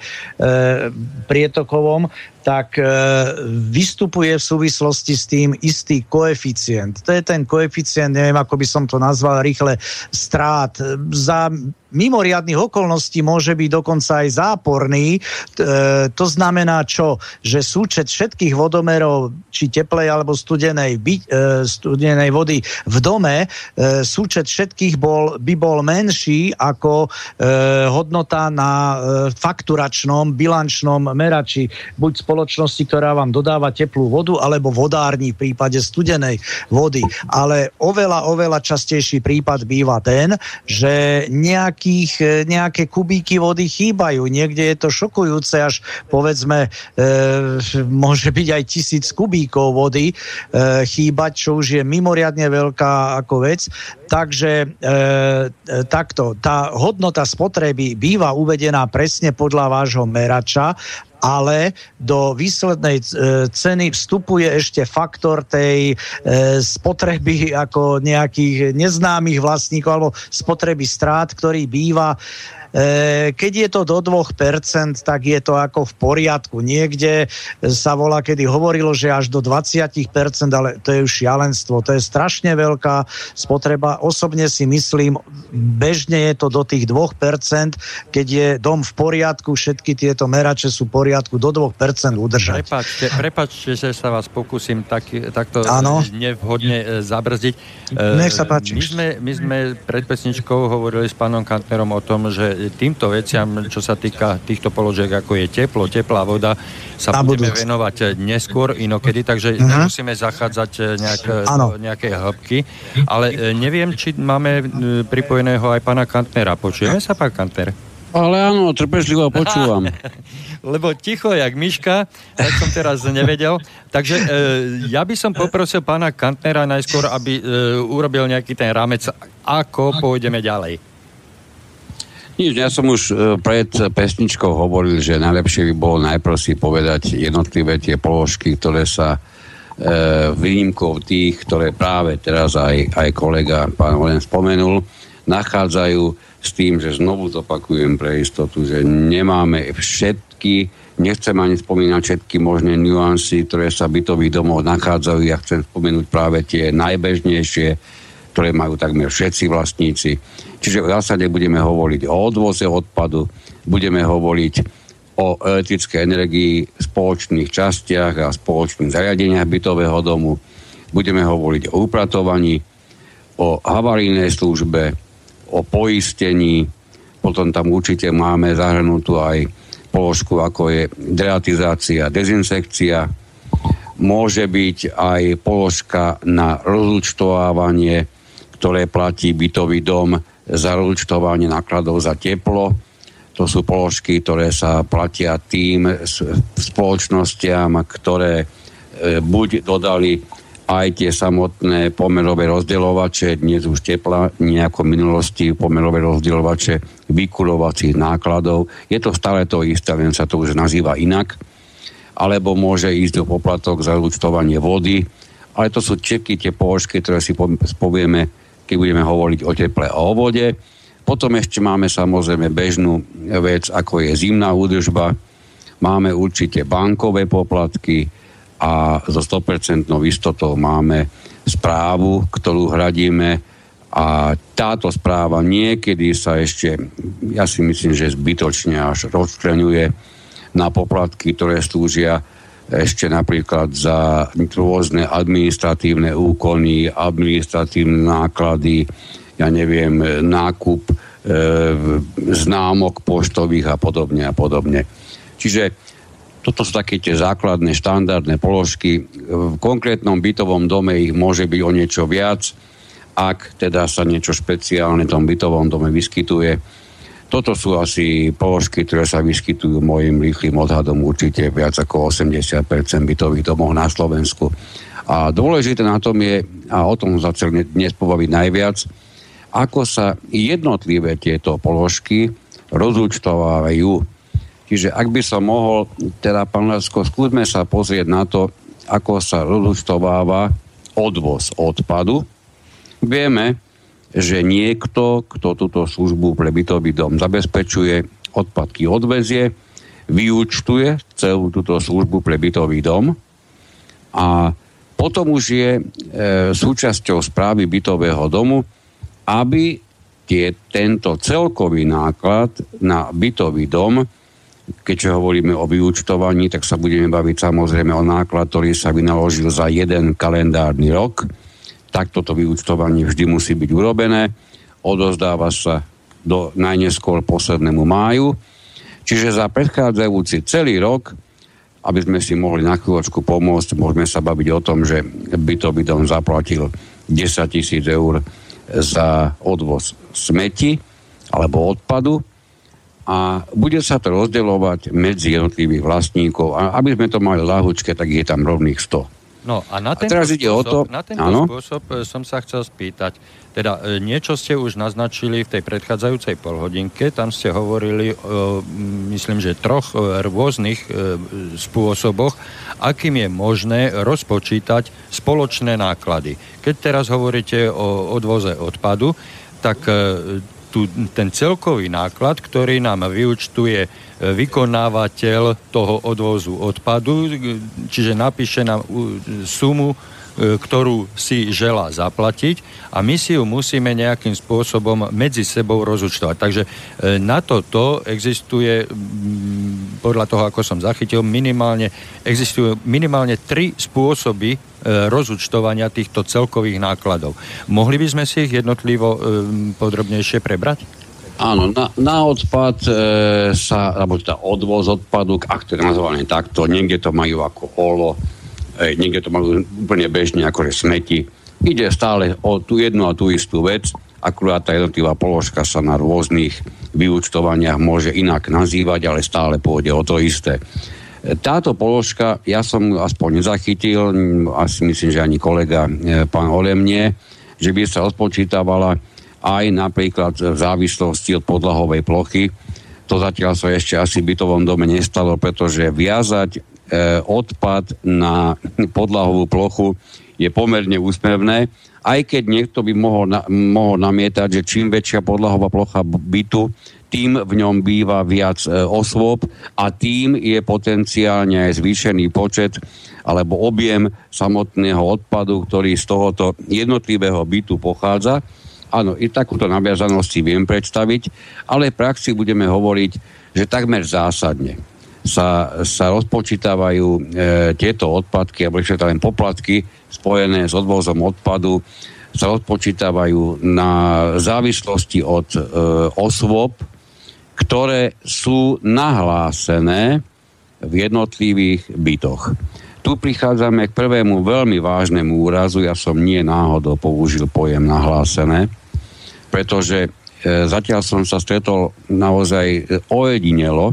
prietokovom, tak e, vystupuje v súvislosti s tým istý koeficient. To je ten koeficient, neviem, ako by som to nazval rýchle, strát. Za mimoriadnych okolností môže byť dokonca aj záporný. E, to znamená čo? Že súčet všetkých vodomerov, či teplej alebo studenej, by, e, studenej vody v dome, e, súčet všetkých bol, by bol menší ako e, hodnota na e, fakturačnom, bilančnom merači. Buď spoločnosti, ktorá vám dodáva teplú vodu, alebo vodárni v prípade studenej vody. Ale oveľa, oveľa častejší prípad býva ten, že nejakých, nejaké kubíky vody chýbajú. Niekde je to šokujúce, až povedzme, e, môže byť aj tisíc kubíkov vody e, chýbať, čo už je mimoriadne veľká ako vec. Takže e, e, takto, tá hodnota spotreby býva uvedená presne podľa vášho merača, ale do výslednej e, ceny vstupuje ešte faktor tej e, spotreby ako nejakých neznámych vlastníkov alebo spotreby strát, ktorý býva. E, keď je to do dvoch percent, tak je to ako v poriadku. Niekde sa volá, kedy hovorilo, že až do dvadsať percent, ale to je už šialenstvo. To je strašne veľká spotreba. Osobne si myslím, bežne je to do tých dvoch percent, keď je dom v poriadku, všetky tieto merače sú v poriadku, do dvoch percent udržať. Prepačte, prepačte, že sa vás pokúsim tak, takto Áno. nevhodne zabrzdiť. Nech sa páči. My sme, my sme pred pesničkou hovorili s pánom Kantnerom o tom, že týmto veciam, čo sa týka týchto položiek, ako je teplo, teplá voda, sa Na budeme budúci. venovať neskôr, inokedy, takže Mhm. nemusíme zachádzať nejak, Áno. do nejaké hĺbky. Ale neviem, či máme pripojeného aj pána Kantnera. Počujeme sa, pán Kantner? Ale áno, trpezlivo počúvam. Lebo ticho, jak myška, tak som teraz nevedel. Takže e, ja by som poprosil pána Kantnera najskôr, aby e, urobil nejaký ten rámec, ako pôjdeme ďalej. Nič, ja som už e, pred pesničkou hovoril, že najlepšie by bolo najprv si povedať jednotlivé tie položky, ktoré sa e, výnimkou tých, ktoré práve teraz aj, aj kolega pán Olen spomenul, nachádzajú s tým, že znovu zopakujem pre istotu, že nemáme všetky, nechcem ani spomínať všetky možné nuancy, ktoré sa v bytových domoch nachádzajú. Ja chcem spomenúť práve tie najbežnejšie, ktoré majú takmer všetci vlastníci. Čiže v zásade budeme hovoriť o odvoze odpadu, budeme hovoriť o elektrickej energii v spoločných častiach a spoločných zariadeniach bytového domu, budeme hovoriť o upratovaní, o havarijnej službe, o poistení, potom tam určite máme zahrnutú aj položku, ako je deratizácia, dezinsekcia. Môže byť aj položka na rozúčtovávanie, ktoré platí bytový dom za rozúčtovanie nákladov za teplo. To sú položky, ktoré sa platia tým spoločnostiam, ktoré e, buď dodali aj tie samotné pomerové rozdeľovače, dnes už tepla, nejako v minulosti pomerové rozdeľovače vykurovacích nákladov. Je to stále to isté, len sa to už nazýva inak. Alebo môže ísť do poplatok za rozúčtovanie vody, ale to sú všetky tie položky, ktoré si povieme, keď budeme hovoriť o teple a o vode. Potom ešte máme samozrejme bežnú vec, ako je zimná údržba. Máme určite bankové poplatky a so sto percent istotou máme správu, ktorú hradíme, a táto správa niekedy sa ešte, ja si myslím, že zbytočne až rozčleňuje na poplatky, ktoré slúžia ešte napríklad za rôzne administratívne úkony, administratívne náklady, ja neviem, nákup e, známok poštových a podobne a podobne. Čiže toto sú také tie základné, štandardné položky. V konkrétnom bytovom dome ich môže byť o niečo viac, ak teda sa niečo špeciálne v tom bytovom dome vyskytuje. Toto sú asi položky, ktoré sa vyskytujú môjim rýchlym odhadom určite viac ako osemdesiat percent bytových domov na Slovensku. A dôležité na tom je, a o tom sa chcem dnes pobaviť najviac, ako sa jednotlivé tieto položky rozúčtovávajú. Čiže ak by som mohol, teda pán Lacko, skúsme sa pozrieť na to, ako sa rozúčtováva odvoz odpadu. Vieme, že niekto, kto túto službu pre bytový dom zabezpečuje, odpadky odvezie, vyúčtuje celú túto službu pre bytový dom a potom už je e, súčasťou správy bytového domu, aby tie, tento celkový náklad na bytový dom, keďže hovoríme o vyúčtovaní, tak sa budeme baviť samozrejme o náklad, ktorý sa vynaložil za jeden kalendárny rok. Tak toto vyúčtovanie vždy musí byť urobené. Odozdáva sa do najneskôr poslednému máju. Čiže za predchádzajúci celý rok, aby sme si mohli na chvíľočku pomôcť, môžeme sa baviť o tom, že bytový dom zaplatil desaťtisíc eur za odvoz smeti alebo odpadu a bude sa to rozdeľovať medzi jednotlivých vlastníkov. A aby sme to mali ľahučké, tak je tam rovných sto. No a na tento, a ide spôsob, o to, na tento spôsob som sa chcel spýtať. Teda niečo ste už naznačili v tej predchádzajúcej polhodinke. Tam ste hovorili o, myslím, že troch rôznych spôsoboch, akým je možné rozpočítať spoločné náklady. Keď teraz hovoríte o odvoze odpadu, tak tu, ten celkový náklad, ktorý nám vyúčtuje vykonávateľ toho odvozu odpadu, čiže napíše nám sumu, ktorú si želá zaplatiť a my si ju musíme nejakým spôsobom medzi sebou rozúčtovať. Takže na toto existuje, podľa toho, ako som zachytil, minimálne, existujú minimálne tri spôsoby rozúčtovania týchto celkových nákladov. Mohli by sme si ich jednotlivo podrobnejšie prebrať? Áno, na, na odpad e, sa, alebo teda odvoz odpadu, ak to je nazvané takto, niekde to majú ako olo, e, niekde to majú úplne bežne ako smeti. Ide stále o tú jednu a tú istú vec, akurát tá jednotlivá položka sa na rôznych vyúčtovaniach môže inak nazývať, ale stále pôjde o to isté. E, táto položka, ja som aspoň nezachytil, asi myslím, že ani kolega e, pán Olemnie, že by sa odpočítavala aj napríklad v závislosti od podlahovej plochy. To zatiaľ sa ešte asi v bytovom dome nestalo, pretože viazať e, odpad na podlahovú plochu je pomerne úsmevné, aj keď niekto by mohol, na, mohol namietať, že čím väčšia podlahová plocha bytu, tým v ňom býva viac e, osôb a tým je potenciálne aj zvýšený počet alebo objem samotného odpadu, ktorý z tohoto jednotlivého bytu pochádza. Áno, i takúto naviazanosť si viem predstaviť, ale v praxi budeme hovoriť, že takmer zásadne sa, sa rozpočítavajú e, tieto odpadky, alebo ešte len poplatky spojené s odvozom odpadu, sa rozpočítavajú na závislosti od e, osôb, ktoré sú nahlásené v jednotlivých bytoch. Tu prichádzame k prvému veľmi vážnemu úrazu. Ja som nie náhodou použil pojem nahlásené, pretože e, zatiaľ som sa stretol naozaj ojedinelo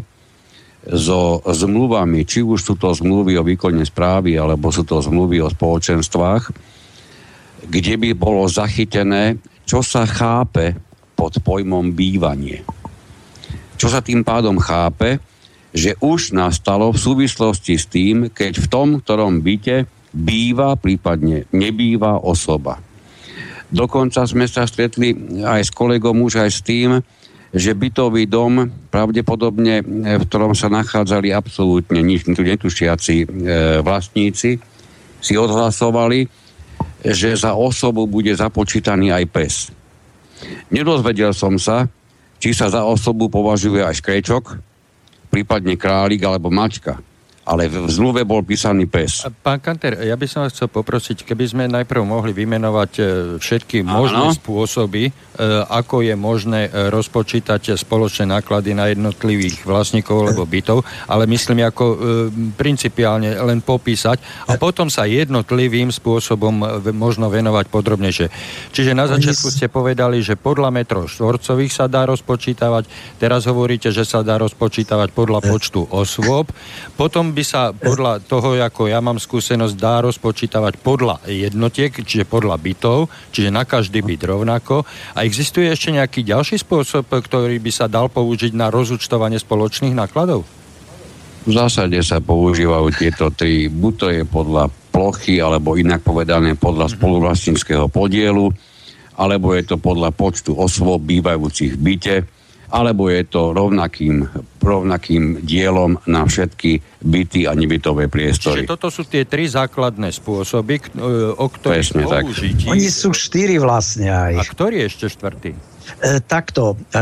so zmluvami, či už sú to zmluvy o výkone správy, alebo sú to zmluvy o spoločenstvách, kde by bolo zachytené, čo sa chápe pod pojmom bývanie. Čo sa tým pádom chápe, že už nastalo v súvislosti s tým, keď v tom, ktorom byte býva, prípadne nebýva osoba. Dokonca sme sa stretli aj s kolegom už aj s tým, že bytový dom, pravdepodobne, v ktorom sa nachádzali absolútne nič netušiaci e, vlastníci, si odhlasovali, že za osobu bude započítaný aj pes. Nedozvedel som sa, či sa za osobu považuje aj škrečok, prípadne králik alebo mačka. Ale v zmluve bol písaný pes. Pán Kanter, ja by som vás chcel poprosiť, keby sme najprv mohli vymenovať všetky možné Áno. spôsoby, ako je možné rozpočítať spoločné náklady na jednotlivých vlastníkov alebo bytov, ale myslím ako principiálne len popísať a potom sa jednotlivým spôsobom možno venovať podrobnejšie. Čiže na začiatku ste povedali, že podľa metrov štvorcových sa dá rozpočítavať, teraz hovoríte, že sa dá rozpočítavať podľa počtu osôb, potom by sa podľa toho, ako ja mám skúsenosť, dá rozpočítavať podľa jednotiek, čiže podľa bytov, čiže na každý byt rovnako. A existuje ešte nejaký ďalší spôsob, ktorý by sa dal použiť na rozúčtovanie spoločných nákladov? V zásade sa používajú tieto tri, buď to je podľa plochy, alebo inak povedané podľa mm-hmm. spoluvlastníckeho podielu, alebo je to podľa počtu osôb bývajúcich v byte, alebo je to rovnakým, rovnakým dielom na všetky byty a nebytové priestory. Čiže toto sú tie tri základné spôsoby, o ktorých použití. Oni sú štyri vlastne aj. A ktorý je ešte štvrtý? E, takto, e,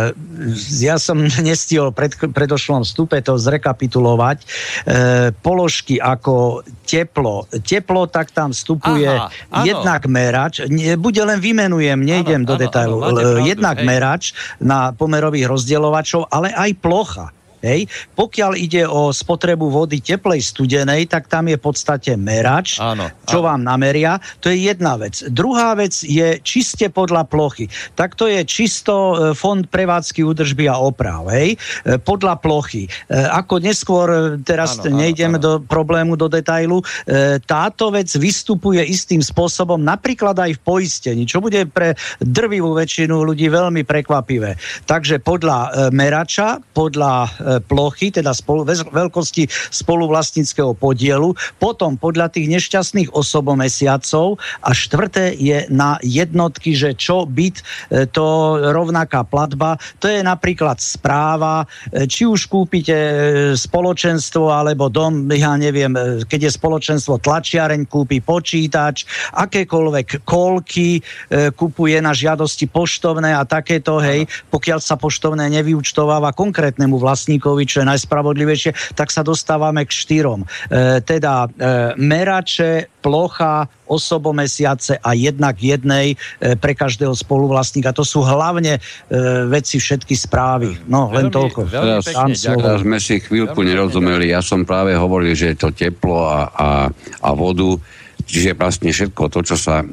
ja som nestihol pred, predošlom vstupe to zrekapitulovať. E, položky ako teplo. Teplo, tak tam vstupuje Aha, jednak merač. Ne, bude len vymenujem, nejdem áno, do detailu. Jednak hej. merač na pomerových rozdielovačov, ale aj plocha. Hej. Pokiaľ ide o spotrebu vody teplej, studenej, tak tam je v podstate merač, áno, čo áno. vám nameria. To je jedna vec. Druhá vec je čiste podľa plochy. Tak to je čisto fond prevádzky, údržby a oprav. Hej. Podľa plochy. Ako neskôr, teraz áno, nejdem áno, áno. do problému, do detailu, táto vec vystupuje istým spôsobom, napríklad aj v poistení, čo bude pre drvivú väčšinu ľudí veľmi prekvapivé. Takže podľa merača, podľa plochy, teda spolu, veľkosti spoluvlastníckeho podielu, potom podľa tých nešťastných osobomesiacov a štvrté je na jednotky, že čo byt, to rovnaká platba, to je napríklad správa, či už kúpite spoločenstvo alebo dom, ja neviem, keď je spoločenstvo tlačiareň, kúpi počítač, akékoľvek kolky kupuje na žiadosti poštovné a takéto, hej, pokiaľ sa poštovné nevyúčtováva konkrétnemu vlastníku, čo je najspravodlivejšie, tak sa dostávame k štyrom. E, teda e, merače, plocha, osobomesiace a jednak jednej e, pre každého spoluvlastníka. To sú hlavne e, veci všetky správy. No, len veľmi, toľko. Veľmi teraz, teraz sme si chvíľku veľmi nerozumeli. Ja som práve hovoril, že to teplo a, a, a vodu, čiže vlastne všetko to, čo sa e,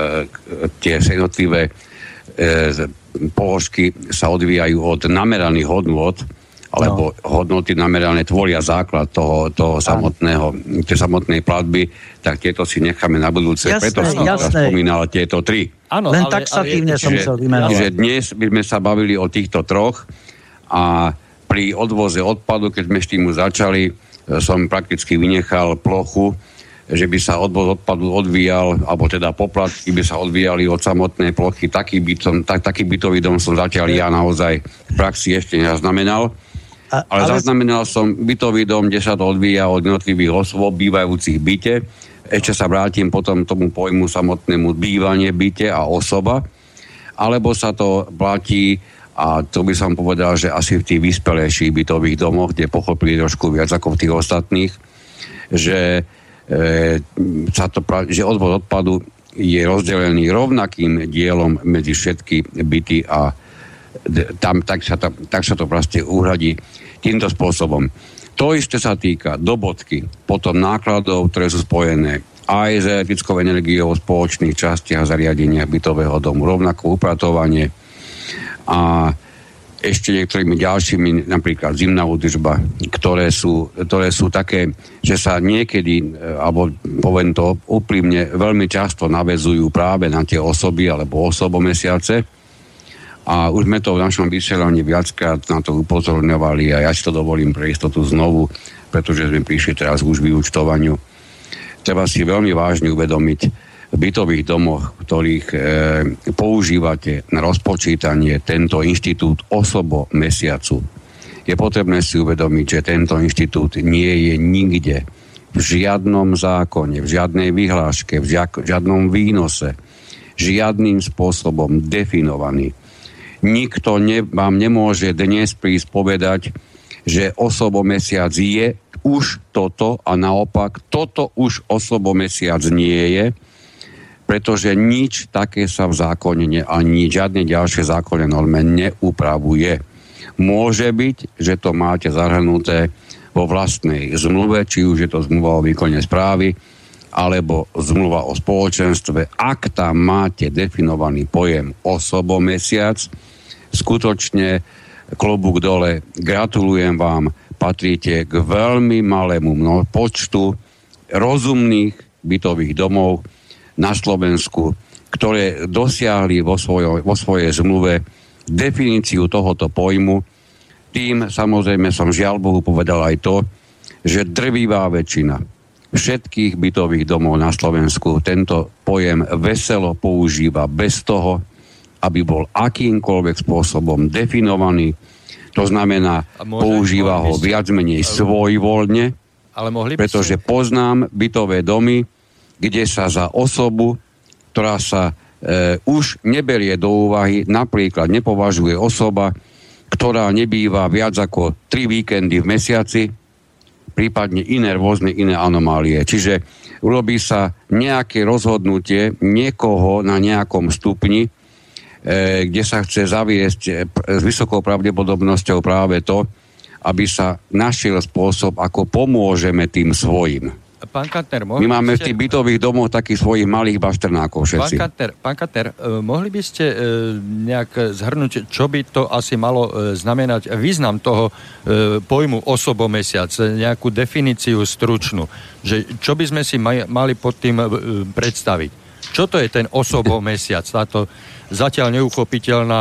tie jednotlivé e, položky sa odvíjajú od nameraných hodnôt, alebo no. hodnoty namerané tvoria základ toho, toho samotného, tej samotnej platby, tak tieto si necháme na budúce. Jasné, Preto som spomínal tieto tri. Áno, Len ale, taxatívne ale, som chcel vymenovať. Čiže dnes by sme sa bavili o týchto troch a pri odvoze odpadu, keď sme s tým začali, som prakticky vynechal plochu, že by sa odvoz odpadu odvíjal, alebo teda poplatky by sa odvíjali od samotnej plochy. Taký, byt som, tak, taký bytový dom som zatiaľ ja naozaj v praxi ešte nezaznamenal. A, ale, ale zaznamenal som bytový dom, kde sa to odvíja od jednotlivých osôb bývajúcich v byte. Ešte sa vrátim potom tomu pojmu samotnému bývanie byte a osoba. Alebo sa to platí, a to by som povedal, že asi v tých vyspelejších bytových domoch, kde pochopili trošku viac ako v tých ostatných, že, e, sa to, že odvod odpadu je rozdelený rovnakým dielom medzi všetky byty a tam, tak, sa to, tak sa to vlastne uhradí týmto spôsobom. To isté sa týka do bodky, potom nákladov, ktoré sú spojené aj s elektrickou energiou v spoločných častiach a zariadeniach bytového domu, rovnako upratovanie a ešte niektorými ďalšími, napríklad zimná údržba, ktoré sú, ktoré sú také, že sa niekedy, alebo poviem to úprimne, veľmi často naväzujú práve na tie osoby alebo osobomesiace. A už sme to v našom vysielaní viackrát na to upozorňovali a ja si to dovolím pre istotu znovu, pretože sme prišli teraz už k vyúčtovaniu. treba si veľmi vážne uvedomiť v bytových domoch, ktorých e, používate na rozpočítanie tento inštitút osobo mesiacu. Je potrebné si uvedomiť, že tento inštitút nie je nikde, v žiadnom zákone, v žiadnej vyhláške, v žiadnom výnose, žiadnym spôsobom definovaný. Nikto ne, vám nemôže dnes prísť povedať, že osobomesiac je už toto a naopak toto už osobomesiac nie je, pretože nič také sa v zákone ne, ani žiadne ďalšie zákonné norme neupravuje. Môže byť, že to máte zahrnuté vo vlastnej zmluve, či už je to zmluva o výkone správy, alebo zmluva o spoločenstve. Ak tam máte definovaný pojem osobomesiac, skutočne klobúk dole, gratulujem vám, patríte k veľmi malému mno- počtu rozumných bytových domov na Slovensku, ktoré dosiahli vo, svojo, vo svojej zmluve definíciu tohoto pojmu. Tým samozrejme som žiaľ Bohu povedal aj to, že drvivá väčšina všetkých bytových domov na Slovensku tento pojem veselo používa bez toho, aby bol akýmkoľvek spôsobom definovaný. To znamená, môže, používa ho ste, viac menej svojvoľne, ale mohli by pretože ste... poznám bytové domy, kde sa za osobu, ktorá sa e, už neberie do úvahy, napríklad nepovažuje osoba, ktorá nebýva viac ako tri víkendy v mesiaci, prípadne iné rôzne iné anomálie. Čiže urobí sa nejaké rozhodnutie niekoho na nejakom stupni, e, kde sa chce zaviesť e, s vysokou pravdepodobnosťou práve to, aby sa našiel spôsob, ako pomôžeme tým svojim. Pán Kantner, My máme ste... v tých bytových domoch takých svojich malých bašternákov všetci. Pán Kantner, pán Kantner, mohli by ste nejak zhrnúť, čo by to asi malo znamenať význam toho pojmu osobomesiac, nejakú definíciu stručnú, že čo by sme si mali pod tým predstaviť? Čo to je ten osobomesiac? Táto zatiaľ neuchopiteľná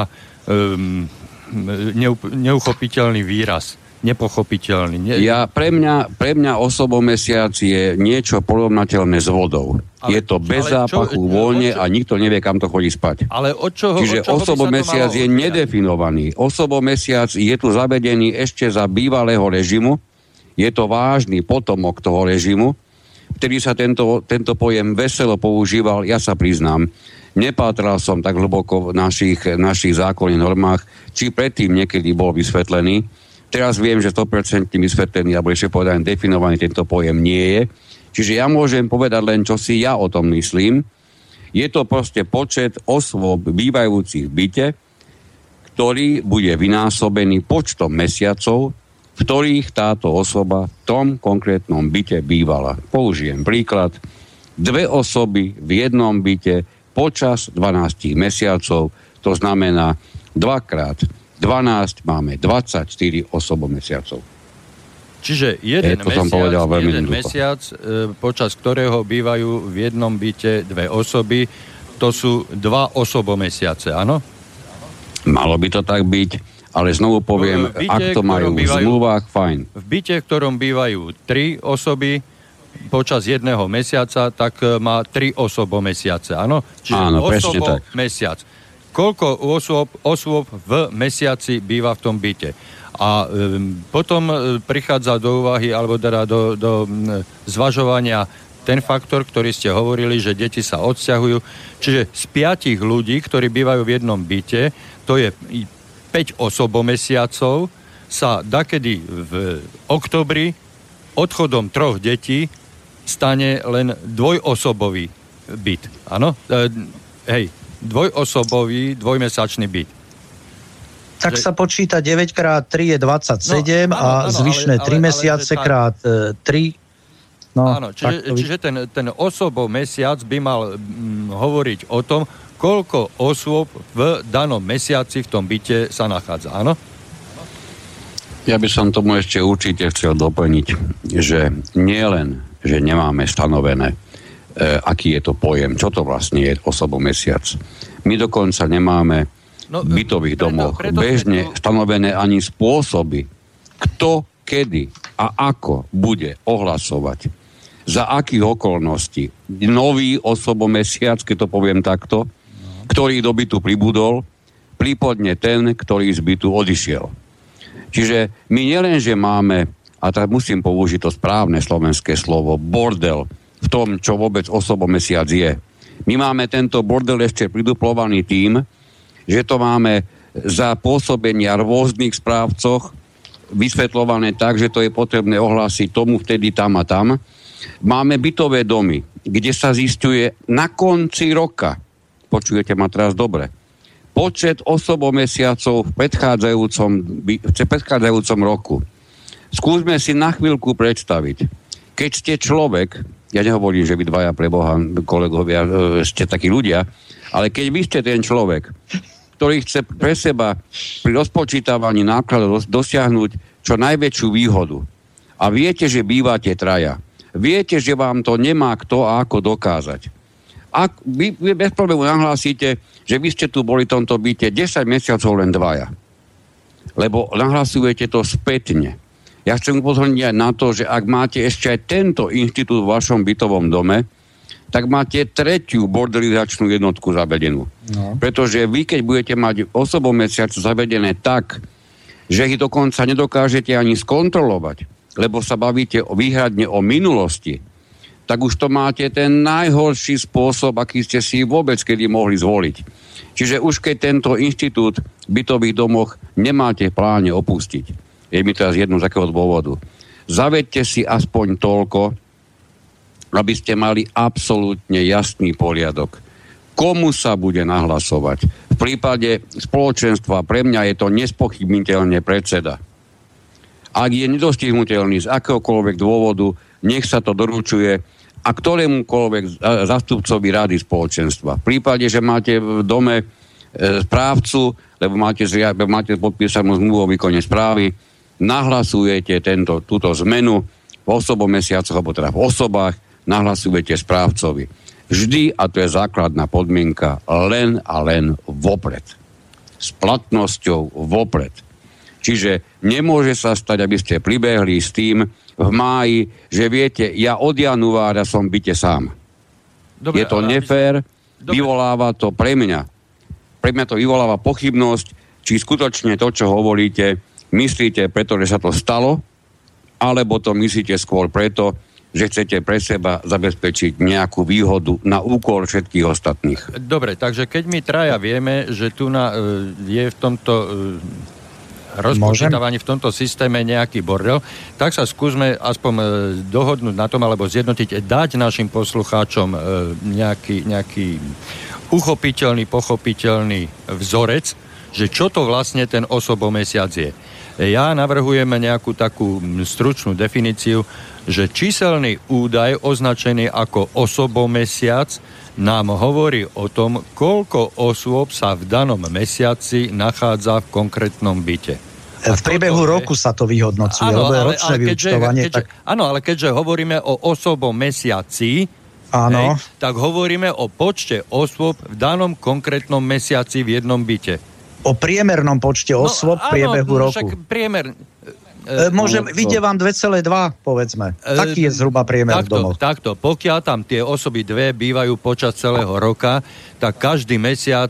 neuchopiteľný výraz. Nepochopiteľný. Ne... Ja, pre mňa, pre mňa osobomesiac je niečo porovnateľné s vodou. Ale, je to bez zápachu, čo, voľne čo, a nikto nevie, kam to chodí spať. Ale od čoho, Čiže od čoho osobomesiac je nedefinovaný. Osobomesiac je tu zavedený ešte za bývalého režimu. Je to vážny potomok toho režimu, ktorý sa tento, tento pojem veselo používal. Ja sa priznám, nepátral som tak hlboko v našich, našich zákonných normách, či predtým niekedy bol vysvetlený. Teraz viem, že sto percent vysvetlený, alebo ešte povedané, definovaný tento pojem nie je. Čiže ja môžem povedať len, čo si ja o tom myslím. Je to proste počet osôb bývajúcich v byte, ktorý bude vynásobený počtom mesiacov, v ktorých táto osoba v tom konkrétnom byte bývala. Použijem príklad. Dve osoby v jednom byte počas dvanásť mesiacov, to znamená dvakrát dvanásť, máme dvadsaťštyri osobomesiacov. Čiže jeden, e, mesiac, jeden mesiac, e, počas ktorého bývajú v jednom byte dve osoby, to sú dva osobomesiace, áno? Malo by to tak byť, ale znovu poviem, byte, ak to majú bývajú, v zmluvách, fajn. V byte, v ktorom bývajú tri osoby počas jedného mesiaca, tak má tri osobomesiace, áno? Čiže áno, osobomesiac. Koľko osôb, osôb v mesiaci býva v tom byte. A um, potom prichádza do úvahy, alebo teda do, do um, zvažovania ten faktor, ktorý ste hovorili, že deti sa odsťahujú. Čiže z piatich ľudí, ktorí bývajú v jednom byte, to je päť osobomesiacov, sa dakedy v oktobri odchodom troch detí stane len dvojosobový byt. Áno? E, hej. dvojosobový, dvojmesačný byt. Tak že... sa počíta deväť krát tri je dvadsaťsedem no, áno, áno, a zvyšné ale, tri ale, mesiace ale, krát tri. No, áno, čiže, čiže ten, ten osobomesiac by mal hm, hovoriť o tom, koľko osôb v danom mesiaci v tom byte sa nachádza, áno? Ja by som tomu ešte určite chcel doplniť, že nie len, že nemáme stanovené aký je to pojem, čo to vlastne je osobomesiac. My dokonca nemáme no, v bytových preto, domoch preto, bežne preto... stanovené ani spôsoby, kto, kedy a ako bude ohlasovať za akých okolností nový osobomesiac, keď to poviem takto, ktorý do bytu pribudol, prípadne ten, ktorý z bytu odišiel. Čiže my nielenže máme, a tak musím použiť to správne slovenské slovo, bordel v tom, čo vôbec osobomesiac je. My máme tento bordel ešte priduplovaný tým, že to máme za pôsobenia rôznych správcoch vysvetľované tak, že to je potrebné ohlásiť tomu vtedy tam a tam. Máme bytové domy, kde sa zisťuje na konci roka, počujete ma teraz dobre, počet osobomesiacov v predchádzajúcom, v predchádzajúcom roku. Skúsme si na chvíľku predstaviť, keď ste človek, ja nehovorím, že vy dvaja pre Boha, kolegovia, ste takí ľudia, ale keď vy ste ten človek, ktorý chce pre seba pri rozpočítavaní nákladov dosiahnuť čo najväčšiu výhodu. A viete, že bývate traja. Viete, že vám to nemá kto a ako dokázať. Ak vy, vy bez problému nahlásite, že vy ste tu boli v tomto byte desať mesiacov len dvaja. Lebo nahlasujete to spätne. Ja chcem upozorniť aj na to, že ak máte ešte aj tento inštitút v vašom bytovom dome, tak máte tretiu bordelizačnú jednotku zavedenú. No. Pretože vy, keď budete mať osobomesiac zavedené tak, že ich dokonca nedokážete ani skontrolovať, lebo sa bavíte o, výhradne o minulosti, tak už to máte ten najhorší spôsob, aký ste si vôbec kedy mohli zvoliť. Čiže už keď tento inštitút v bytových domoch nemáte v pláne opustiť, je mi teraz jedno z akého dôvodu, zavedte si aspoň toľko, aby ste mali absolútne jasný poriadok. Komu sa bude nahlasovať? V prípade spoločenstva pre mňa je to nespochybniteľne predseda. Ak je nedostihnutelný z akéhokoľvek dôvodu, nech sa to doručuje a ktorémukoľvek zastupcovi rady spoločenstva. V prípade, že máte v dome správcu, lebo máte, máte podpísanú zmluvu o výkone správy, nahlasujete tento, túto zmenu v osobomesiacoch, alebo teda v osobách, nahlasujete správcovi. Vždy, a to je základná podmienka, len a len vopred. S platnosťou vopred. Čiže nemôže sa stať, aby ste pribehli s tým v máji, že viete, ja od januára som v byte sám. Dobre, je to nefér, dobre. Vyvoláva to pre mňa. Pre mňa to vyvoláva pochybnosť, či skutočne to, čo hovoríte, myslíte, pretože sa to stalo, alebo to myslíte skôr preto, že chcete pre seba zabezpečiť nejakú výhodu na úkor všetkých ostatných. Dobre, takže keď my traja vieme, že tu na, je v tomto rozpočítavaní, v tomto systéme nejaký bordel, tak sa skúsme aspoň dohodnúť na tom, alebo zjednotiť, dať našim poslucháčom nejaký, nejaký uchopiteľný, pochopiteľný vzorec, že čo to vlastne ten osobomesiac je. Ja navrhujem nejakú takú stručnú definíciu, že číselný údaj označený ako osobomesiac nám hovorí o tom, koľko osôb sa v danom mesiaci nachádza v konkrétnom byte. A v priebehu je... roku sa to vyhodnocuje, áno, lebo je ročné vyúčtovanie. Keďže, tak... Áno, ale keďže hovoríme o osobomesiaci, áno. Hej, tak hovoríme o počte osôb v danom konkrétnom mesiaci v jednom byte. O priemernom počte osôb v no, priebehu áno, roku. Však priemer... E, môžem, no, vidie vám dva celé dva, povedzme. Taký je zhruba priemer takto, v domoch. Takto, pokiaľ tam tie osoby dve bývajú počas celého roka, tak každý mesiac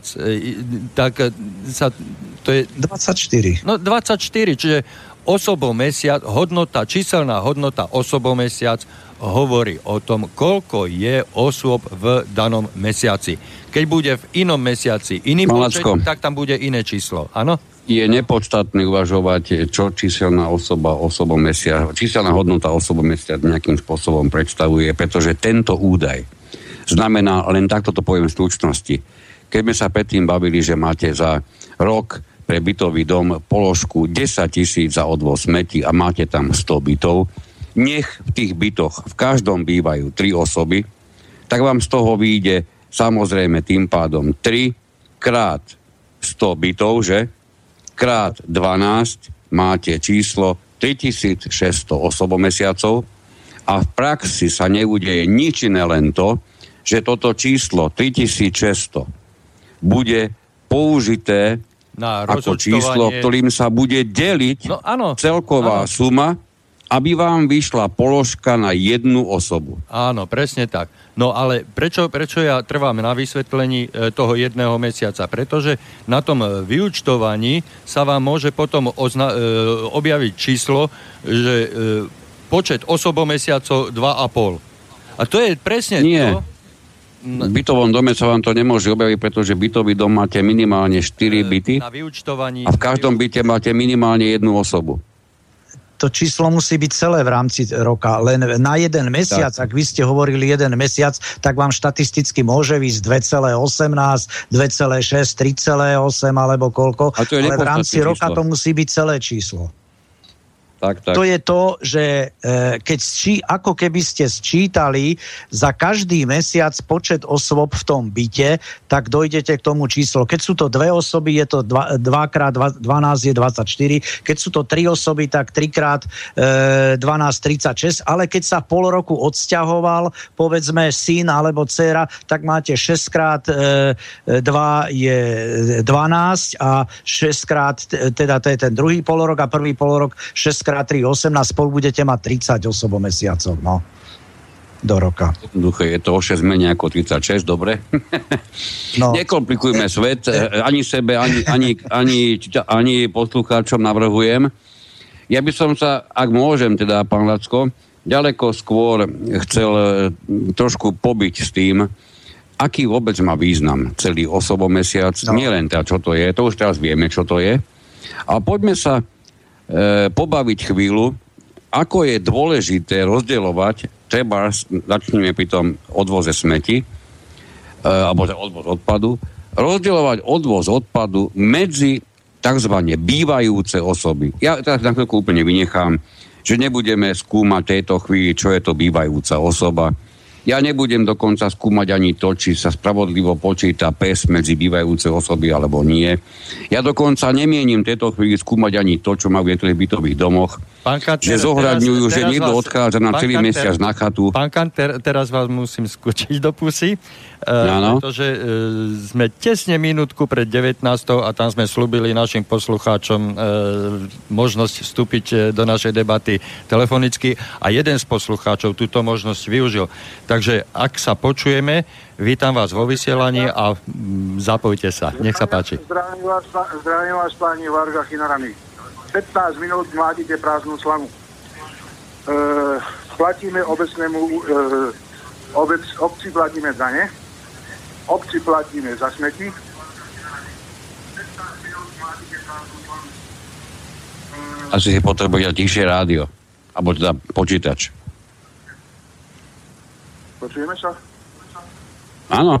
tak sa... To je, dvadsaťštyri. No dvadsaťštyri, čiže osobomesiac, hodnota, číselná hodnota osobomesiac hovorí o tom, koľko je osôb v danom mesiaci. Keď bude v inom mesiaci iný počet, tak tam bude iné číslo. Áno? Je nepodstatné uvažovať, čo číselná osoba osobomesiac, číselná hodnota osobomesiac nejakým spôsobom predstavuje, pretože tento údaj znamená, len takto to poviem v stručnosti, keď sme sa predtým bavili, že máte za rok pre bytový dom položku desať tisíc za odvoz smetí a máte tam sto bytov, nech v tých bytoch v každom bývajú tri osoby, tak vám z toho vyjde samozrejme tým pádom tri krát sto bytov, že? Krát dvanásť máte číslo tritisícšesťsto osobomesiacov a v praxi sa neudeje nič iné, len to, že toto číslo tritisícšesťsto bude použité na ako číslo, ktorým sa bude deliť no, áno, celková áno. suma aby vám vyšla položka na jednu osobu. Áno, presne tak. No ale prečo, prečo ja trvám na vysvetlení e, toho jedného mesiaca? Pretože na tom vyúčtovaní sa vám môže potom ozna- e, objaviť číslo, že e, počet osobomesiacov dva a pol. A to je presne Nie. to... V bytovom dome sa vám to nemôže objaviť, pretože bytový dom máte minimálne štyri byty na vyúčtovaní, a v každom byte máte minimálne jednu osobu. To číslo musí byť celé v rámci roka. Len na jeden mesiac, tak. Ak vy ste hovorili jeden mesiac, tak vám štatisticky môže výsť dva celé osemnásť, dva celé šesť, tri celé osem alebo koľko. Ale v rámci číslo. Roka to musí byť celé číslo. Tak, tak. To je to, že e, keď sčí, ako keby ste sčítali za každý mesiac počet osôb v tom byte, tak dojdete k tomu číslu. Keď sú to dve osoby, je to dva krát dvanásť je dvadsaťštyri. Keď sú to tri osoby, tak tri krát dvanásť tridsaťšesť. Ale keď sa pol roku odsťahoval, povedzme syn alebo dcéra, tak máte šesť krát dva je dvanásť a šesť krát, teda to je ten druhý polorok a prvý polorok šesť krát tri, osemnásť, spolu budete mať tridsať osobomesiacov, no, do roka. Jednoduché, je to o šesť menej ako tridsaťšesť, dobre? No. Nekomplikujme svet, ani sebe, ani, ani, ani, ani poslucháčom navrhujem. Ja by som sa, ak môžem teda, pán Lacko, ďaleko skôr chcel trošku pobiť s tým, aký vôbec má význam celý osobomesiac, no. Nie len teda, čo to je, to už teraz vieme, čo to je. A poďme sa E, pobaviť chvíľu, ako je dôležité rozdeľovať, treba začneme pri tom odvoze smeti, e, alebo odvoz odpadu, rozdeľovať odvoz odpadu medzi tzv. Bývajúce osoby. Ja teraz na chvíľku úplne vynechám, že nebudeme skúmať tejto chvíli, čo je to bývajúca osoba. Ja nebudem dokonca skúmať ani to, či sa spravodlivo počíta pes medzi bývajúce osoby alebo nie. Ja dokonca nemienim tejto chvíli skúmať ani to, čo má v niektorých bytových domoch, Kanter, že zohľadňujú, že niekto vás, odchádza na celý Kanter, mesiac na chatu. Pán Kanter, teraz vás musím skočiť do pusy, uh, pretože uh, sme tesne minútku pred devätnástou a tam sme slúbili našim poslucháčom uh, možnosť vstúpiť uh, do našej debaty telefonicky a jeden z poslucháčov túto možnosť využil. Takže ak sa počujeme, vítam vás vo vysielaní a mm, zapojte sa. Nech sa páči. Zdravím vás, zdravím vás páni Varga Chinarami. pätnásť minút mládite prázdnu slamu. E, platíme obecnému, e, obec, obci platíme dane, obci platíme za smeti. Asi si potrebuje tichšie rádio, alebo teda počítač. Počujeme sa? Áno.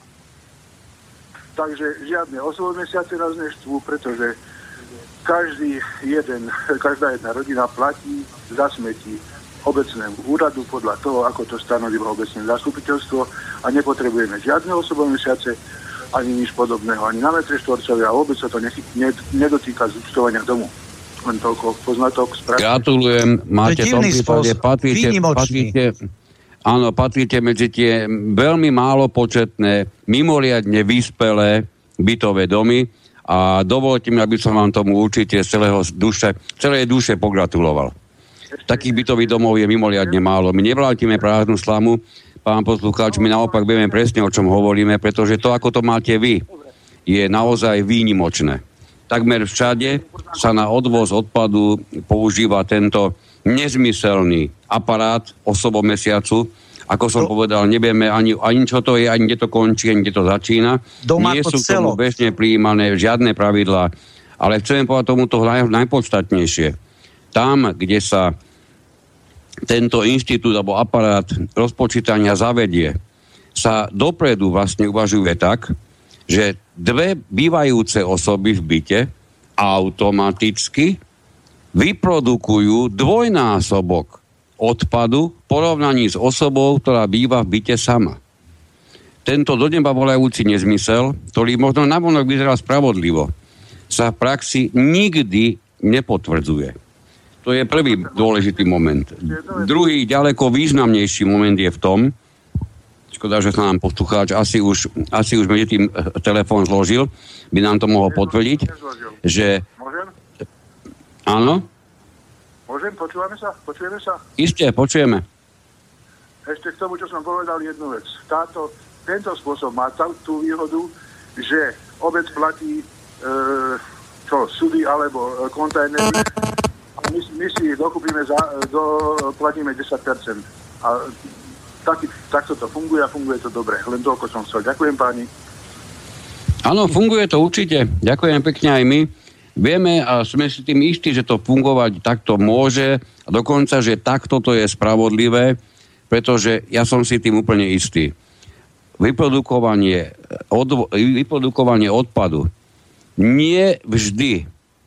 Takže žiadne osobomesiace nás neštvú, pretože každý jeden, každá jedna rodina platí za smeti obecnému úradu podľa toho, ako to stanovilo obecné zastupiteľstvo a nepotrebujeme žiadne osobomesiace ani nič podobného, ani na metre štvorcové a vôbec sa to nechy, ne, nedotýka zúčtovania domu. Len toľko poznatok. Správne. Gratulujem, máte v tom prípade, patríte, patríte, áno, patríte medzi tie veľmi málo početné, mimoriadne vyspelé bytové domy a dovolte mi, aby som vám tomu určite z celého duše, celej duše pogratuloval. Takých bytových domov je mimoriadne málo. My nevlátime prázdnu slamu, pán poslucháč, my naopak vieme presne, o čom hovoríme, pretože to, ako to máte vy, je naozaj výnimočné. Takmer všade sa na odvoz odpadu používa tento nezmyselný aparát osobomesiacu. Ako som Do... povedal, nevieme ani, ani čo to je, ani kde to končí, ani kde to začína. Doma Nie sú k tomu bežne prijímané žiadne pravidlá. Ale chcem povedať tomuto naj, najpodstatnejšie. Tam, kde sa tento inštitút alebo aparát rozpočítania zavedie, sa dopredu vlastne uvažuje tak, že dve bývajúce osoby v byte automaticky vyprodukujú dvojnásobok odpadu v porovnaní s osobou, ktorá býva v byte sama. Tento do neba volajúci nezmysel, ktorý možno navonok vyzerá spravodlivo, sa v praxi nikdy nepotvrdzuje. To je prvý dôležitý moment. Druhý, ďaleko významnejší moment je v tom, škoda, že sa nám poslucháč asi už, asi už medzi tým telefón zložil, by nám to mohol potvrdiť, že... Môžem? Áno? Môžem? Počúvame sa? Počujeme sa? Isté, počujeme. Ešte k tomu, čo som povedal, jednu vec. Táto, tento spôsob má tá, tú výhodu, že obec platí e, čo, sudy alebo e, kontajnery a my, my si dokúpime, za, do, platíme desať percent. A taký, takto to funguje a funguje to dobre. Len toľko som chcel. Ďakujem páni. Áno, funguje to určite. Ďakujem pekne aj my. Vieme a sme si tým istí, že to fungovať takto môže a dokonca, že takto to je spravodlivé, pretože ja som si tým úplne istý. Vyprodukovanie, od, vyprodukovanie odpadu nie vždy,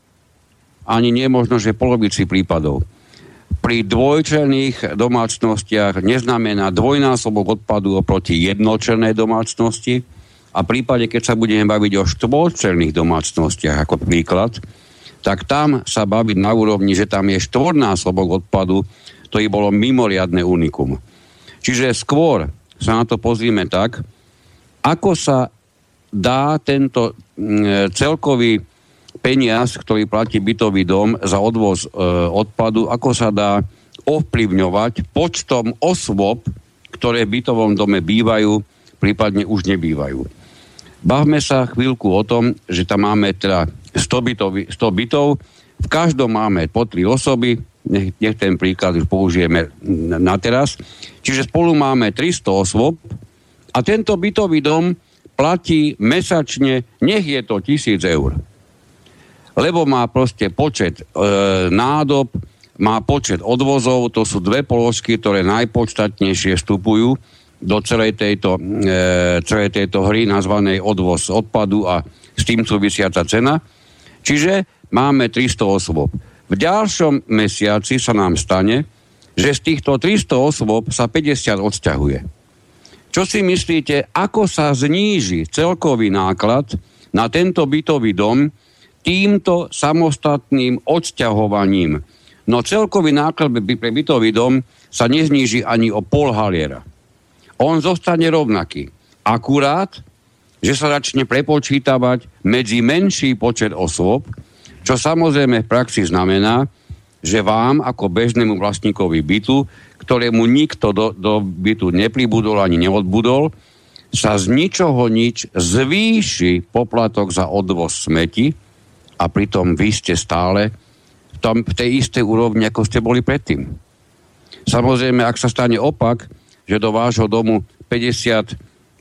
ani nie možno, že polovici prípadov, pri dvojčlenných domácnostiach neznamená dvojnásobok odpadu oproti jednočlennej domácnosti. A v prípade, keď sa budeme baviť o štvorčlenných domácnostiach ako príklad, tak tam sa baviť na úrovni, že tam je štvornásobok odpadu, to by bolo mimoriadne unikum. Čiže skôr sa na to pozrime tak, ako sa dá tento celkový peniaz, ktorý platí bytový dom za odvoz e, odpadu, ako sa dá ovplyvňovať počtom osôb, ktoré v bytovom dome bývajú, prípadne už nebývajú. Bavme sa chvíľku o tom, že tam máme teda sto, bytov, sto bytov, v každom máme po tri osoby, nech, nech ten príklad už použijeme na teraz, čiže spolu máme tristo osôb a tento bytový dom platí mesačne, nech je to tisíc eur. Lebo má proste počet e, nádob, má počet odvozov, to sú dve položky, ktoré najpodstatnejšie vstupujú do celej tejto, e, celej tejto hry nazvanej odvoz odpadu a s tým súvisiaca cena. Čiže máme tristo osôb. V ďalšom mesiaci sa nám stane, že z týchto tristo osôb sa päťdesiat odsťahuje. Čo si myslíte, ako sa zníži celkový náklad na tento bytový dom týmto samostatným odsťahovaním? No celkový náklad pre bytový dom sa nezníži ani o pol haliera. On zostane rovnaký. Akurát, že sa začne prepočítavať medzi menší počet osôb, čo samozrejme v praxi znamená, že vám ako bežnému vlastníkovi bytu, ktorému nikto do, do bytu nepribudol ani neodbudol, sa z ničoho nič zvýši poplatok za odvoz smeti a pritom vy ste stále tam v tej istej úrovni, ako ste boli predtým. Samozrejme, ak sa stane opak, že do vášho domu päťdesiat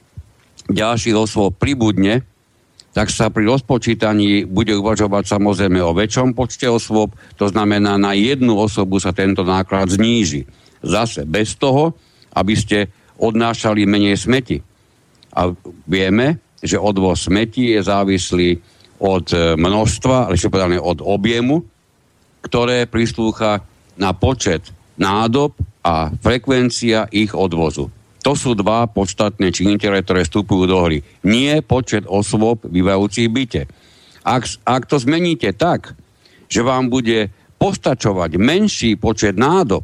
ďalších osôb pribudne, tak sa pri rozpočítaní bude uvažovať samozrejme o väčšom počte osôb, to znamená, na jednu osobu sa tento náklad zníži. Zase bez toho, aby ste odnášali menej smeti. A vieme, že odvoz smeti je závislý od množstva, ale čo povedané od objemu, ktoré prislúcha na počet nádob a frekvencia ich odvozu. To sú dva podstatné činiteľe, ktoré vstupujú do hry. Nie počet osôb bývajúcich v byte. Ak, ak to zmeníte tak, že vám bude postačovať menší počet nádob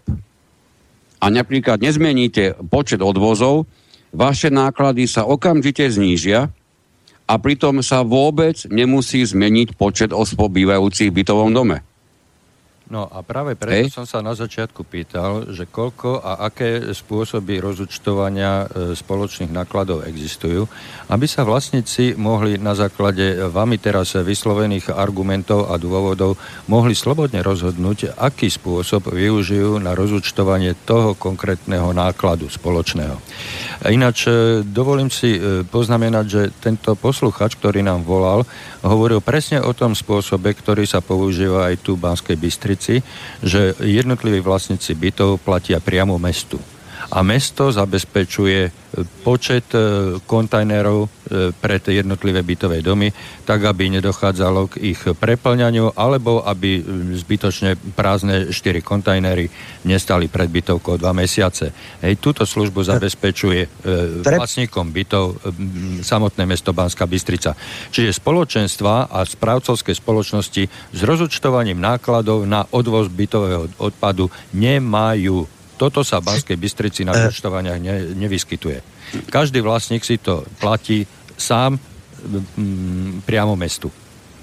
a napríklad nezmeníte počet odvozov, vaše náklady sa okamžite znížia a pritom sa vôbec nemusí zmeniť počet osôb bývajúcich v bytovom dome. No a práve preto Hej. som sa na začiatku pýtal, že koľko a aké spôsoby rozúčtovania e, spoločných nákladov existujú, aby sa vlastníci mohli na základe vami teraz vyslovených argumentov a dôvodov mohli slobodne rozhodnúť, aký spôsob využijú na rozúčtovanie toho konkrétneho nákladu spoločného. A ináč e, dovolím si e, poznamenať, že tento posluchač, ktorý nám volal, hovoril presne o tom spôsobe, ktorý sa používa aj tu v Banskej Bystrici, že jednotliví vlastníci bytov platia priamo mestu. A mesto zabezpečuje počet kontajnerov pre tie jednotlivé bytové domy, tak aby nedochádzalo k ich preplňaniu, alebo aby zbytočne prázdne štyri kontajnery nestali pred bytovkou dva mesiace. Hej, túto službu zabezpečuje vlastníkom bytov samotné mesto Banská Bystrica. Čiže spoločenstva a správcovské spoločnosti s rozúčtovaním nákladov na odvoz bytového odpadu nemajú. Toto sa v Banskej Bystrici na účtovaniach ne, nevyskytuje. Každý vlastník si to platí sám m, priamo mestu.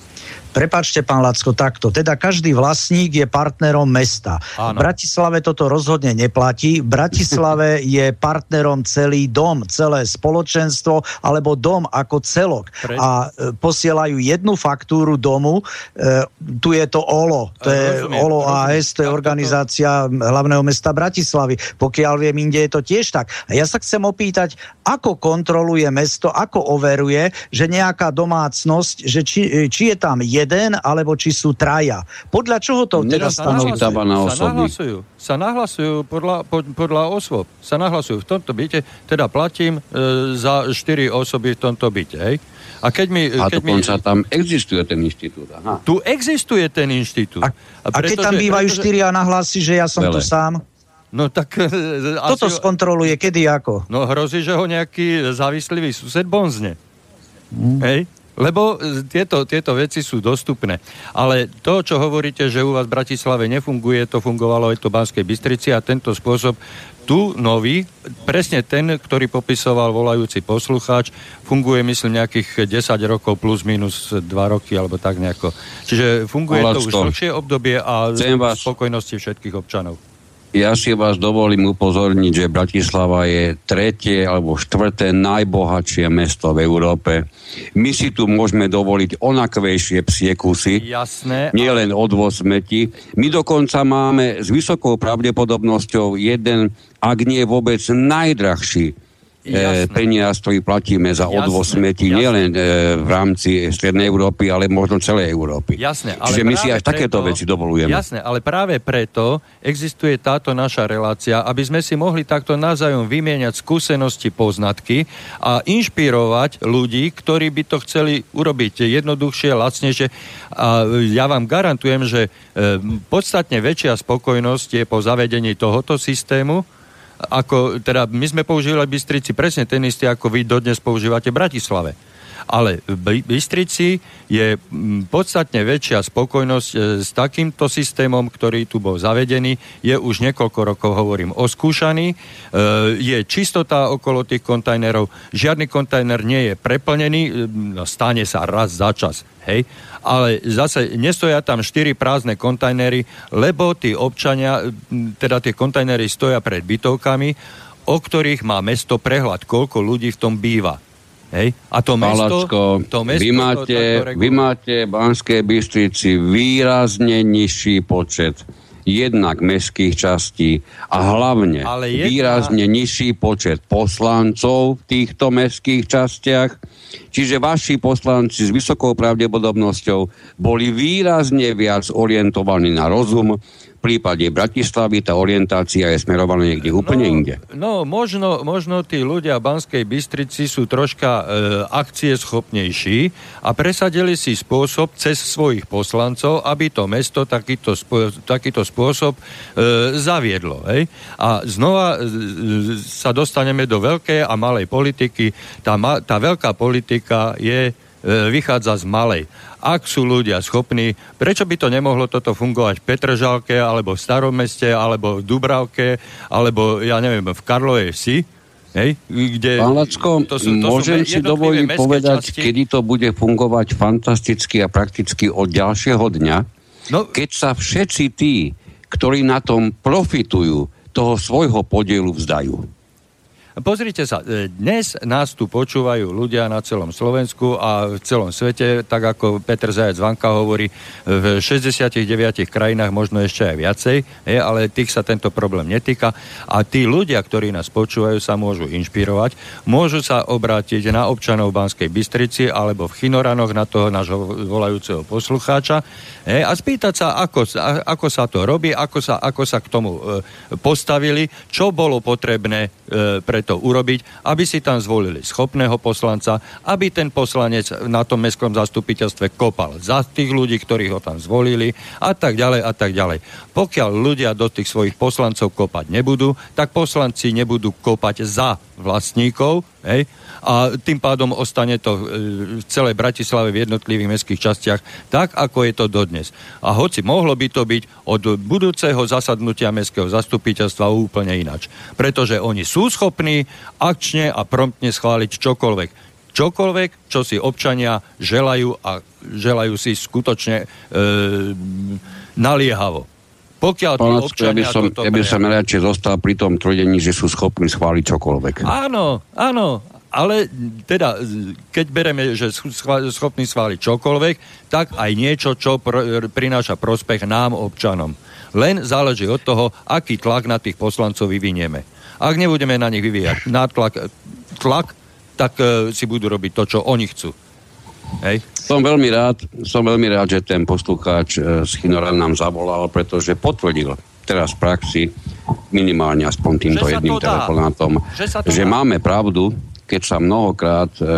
Prepáčte, pán Lacko, takto. Teda každý vlastník je partnerom mesta. Áno. V Bratislave toto rozhodne neplatí. V Bratislave je partnerom celý dom, celé spoločenstvo alebo dom ako celok. Pre... A e, posielajú jednu faktúru domu. E, tu je to ó el ó. To je rozumiem, ó el ó rozumiem. á es, to je organizácia hlavného mesta Bratislavy. Pokiaľ viem, inde je to tiež tak. A ja sa chcem opýtať, ako kontroluje mesto, ako overuje, že nejaká domácnosť, že či, či je tam jeden, alebo či sú traja. Podľa čoho to teda stanovujú? Sa nahlasujú, sa nahlasujú podľa, pod, podľa osôb. Sa nahlasujú v tomto byte, teda platím e, za štyri osoby v tomto byte, hej? A keď mi... A keď dokonca mi... tam existuje ten inštitút. Aha. Tu existuje ten inštitút. A, A, a keď tam bývajú pretože... štyri a nahlási, že ja som Vele. tu sám? No tak... Toto asi... skontroluje, kedy ako? No hrozí, že ho nejaký závislivý sused bonzne. Hmm. Hej? Lebo tieto, tieto veci sú dostupné. Ale to, čo hovoríte, že u vás v Bratislave nefunguje, to fungovalo aj to v Banskej Bystrici a tento spôsob tu nový, presne ten, ktorý popisoval volajúci poslucháč, funguje, myslím, nejakých desať rokov plus minus dva roky, alebo tak nejako. Čiže funguje Olacko, to už dlhšie obdobie a vás... spokojnosti všetkých občanov. Ja si vás dovolím upozorniť, že Bratislava je tretie alebo štvrté najbohatšie mesto v Európe. My si tu môžeme dovoliť onakvejšie psie kusy. Jasné. Nie len odvoz smeti. My dokonca máme s vysokou pravdepodobnosťou jeden, ak nie vôbec najdrahší e, peniaz, ktorý platíme za Jasné. odvoz smeti, nielen e, v rámci Strednej Európy, ale možno celej Európy. Jasné, ale Čiže my si až preto, takéto veci dovolujeme. Jasné, ale práve preto existuje táto naša relácia, aby sme si mohli takto navzájom vymieňať skúsenosti, poznatky a inšpirovať ľudí, ktorí by to chceli urobiť jednoduchšie, lacnejšie. A ja vám garantujem, že e, podstatne väčšia spokojnosť je po zavedení tohoto systému, ako, teda my sme používali v Bystrici presne ten istý, ako vy dodnes používate v Bratislave. Ale v Bystrici je podstatne väčšia spokojnosť s takýmto systémom, ktorý tu bol zavedený. Je už niekoľko rokov, hovorím, oskúšaný. Je čistota okolo tých kontajnerov. Žiadny kontajner nie je preplnený. Stane sa raz za čas. Hej? Ale zase nestoja tam štyri prázdne kontajnery, lebo tí občania, teda tie kontajnery stoja pred bytovkami, o ktorých má mesto prehľad, koľko ľudí v tom býva. Hej? A to mesto... Palačko, to mesto vy máte, to, to vy máte v Banskej Bystrici výrazne nižší počet jednak mestských častí a hlavne jedna... výrazne nižší počet poslancov v týchto mestských častiach. Čiže vaši poslanci s vysokou pravdepodobnosťou boli výrazne viac orientovaní na rozum. V prípade Bratislavy tá orientácia je smerovaná niekde úplne no, inde. No, možno, možno tí ľudia v Banskej Bystrici sú troška e, akcieschopnejší a presadili si spôsob cez svojich poslancov, aby to mesto takýto, spô, takýto spôsob e, zaviedlo. Hej? A znova e, sa dostaneme do veľkej a malej politiky. Tá, ma, tá veľká politika je, e, vychádza z malej. Ak sú ľudia schopní, prečo by to nemohlo toto fungovať v Petržalke, alebo v Starom meste, alebo v Dubravke, alebo, ja neviem, v Karlovej Vsi? Hej? Kde... Pán Lacko, to sú, to môžem si dovoliť povedať, časti... kedy to bude fungovať fantasticky a prakticky od ďalšieho dňa, no... keď sa všetci tí, ktorí na tom profitujú, toho svojho podielu vzdajú. Pozrite sa, dnes nás tu počúvajú ľudia na celom Slovensku a v celom svete, tak ako Peter Zajac Vanka hovorí, v šesťdesiatich deviatich krajinách, možno ešte aj viacej, je, ale tých sa tento problém netýka. A tí ľudia, ktorí nás počúvajú, sa môžu inšpirovať, môžu sa obrátiť na občanov Banskej Bystrici alebo v Chinoranoch na toho nášho volajúceho poslucháča je, a spýtať sa, ako, ako sa to robí, ako sa, ako sa k tomu e, postavili, čo bolo potrebné e, pre to urobiť, aby si tam zvolili schopného poslanca, aby ten poslanec na tom mestskom zastupiteľstve kopal za tých ľudí, ktorí ho tam zvolili a tak ďalej a tak ďalej. Pokiaľ ľudia do tých svojich poslancov kopať nebudú, tak poslanci nebudú kopať za vlastníkov, hej, a tým pádom ostane to v celej Bratislave v jednotlivých mestských častiach tak, ako je to dodnes. A hoci mohlo by to byť od budúceho zasadnutia mestského zastupiteľstva úplne inač. Pretože oni sú schopní akčne a promptne schváliť čokoľvek. čokoľvek, čo si občania želajú a želajú si skutočne e, naliehavo. Pokiaľ tí občania... Ja by som, ja by som radšej zostal pri tom tvrdení, že sú schopní schváliť čokoľvek. Áno, áno, ale teda, keď bereme, že sú schopní schváliť čokoľvek, tak aj niečo, čo pr- prináša prospech nám, občanom. Len záleží od toho, aký tlak na tých poslancov vyvinieme. Ak nebudeme na nich vyvíjať nátlak, tlak, tak uh, si budú robiť to, čo oni chcú. Hej. Som veľmi rád, som veľmi rád, že ten poslucháč z Chynora nám zavolal, pretože potvrdil teraz v praxi minimálne aspoň týmto jedným telefonátom, že, že máme pravdu, keď sa mnohokrát e,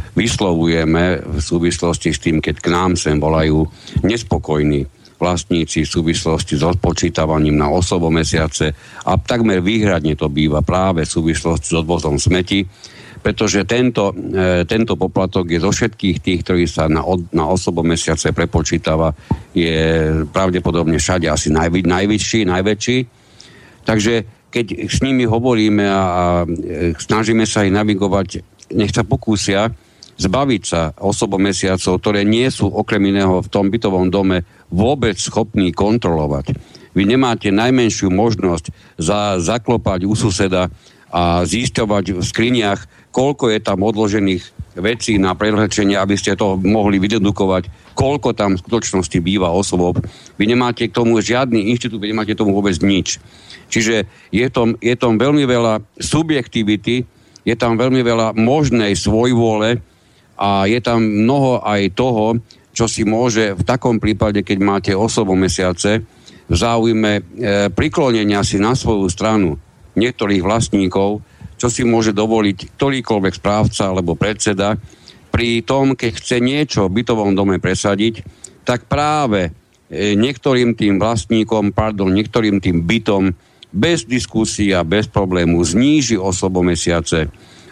vyslovujeme v súvislosti s tým, keď k nám sem volajú nespokojní vlastníci v súvislosti s odpočítavaním na osobomesiace a takmer výhradne to býva práve v súvislosti s odvozom smeti, pretože tento, e, tento poplatok je zo všetkých tých, ktorí sa na, od, na osobomesiace prepočítava, je pravdepodobne všade asi najvy, najvyšší, najväčší. Takže keď s nimi hovoríme a, a snažíme sa ich navigovať, nech sa pokúsia zbaviť sa osobomesiacov, ktoré nie sú okrem iného v tom bytovom dome vôbec schopní kontrolovať. Vy nemáte najmenšiu možnosť za, zaklopať u suseda a zisťovať v skriniach, koľko je tam odložených vecí na prehľadčenie, aby ste to mohli vydedukovať, koľko tam v skutočnosti býva osôb. Vy nemáte k tomu žiadny inštitút, vy nemáte k tomu vôbec nič. Čiže je tam, je tam veľmi veľa subjektivity, je tam veľmi veľa možnej svojvôle a je tam mnoho aj toho, čo si môže v takom prípade, keď máte osobomesiace, v záujme e, priklonenia si na svoju stranu niektorých vlastníkov, čo si môže dovoliť ktorýkoľvek správca alebo predseda, pri tom, keď chce niečo v bytovom dome presadiť, tak práve e, niektorým tým vlastníkom, pardon, niektorým tým bytom bez diskusie a bez problému zníži osobomesiace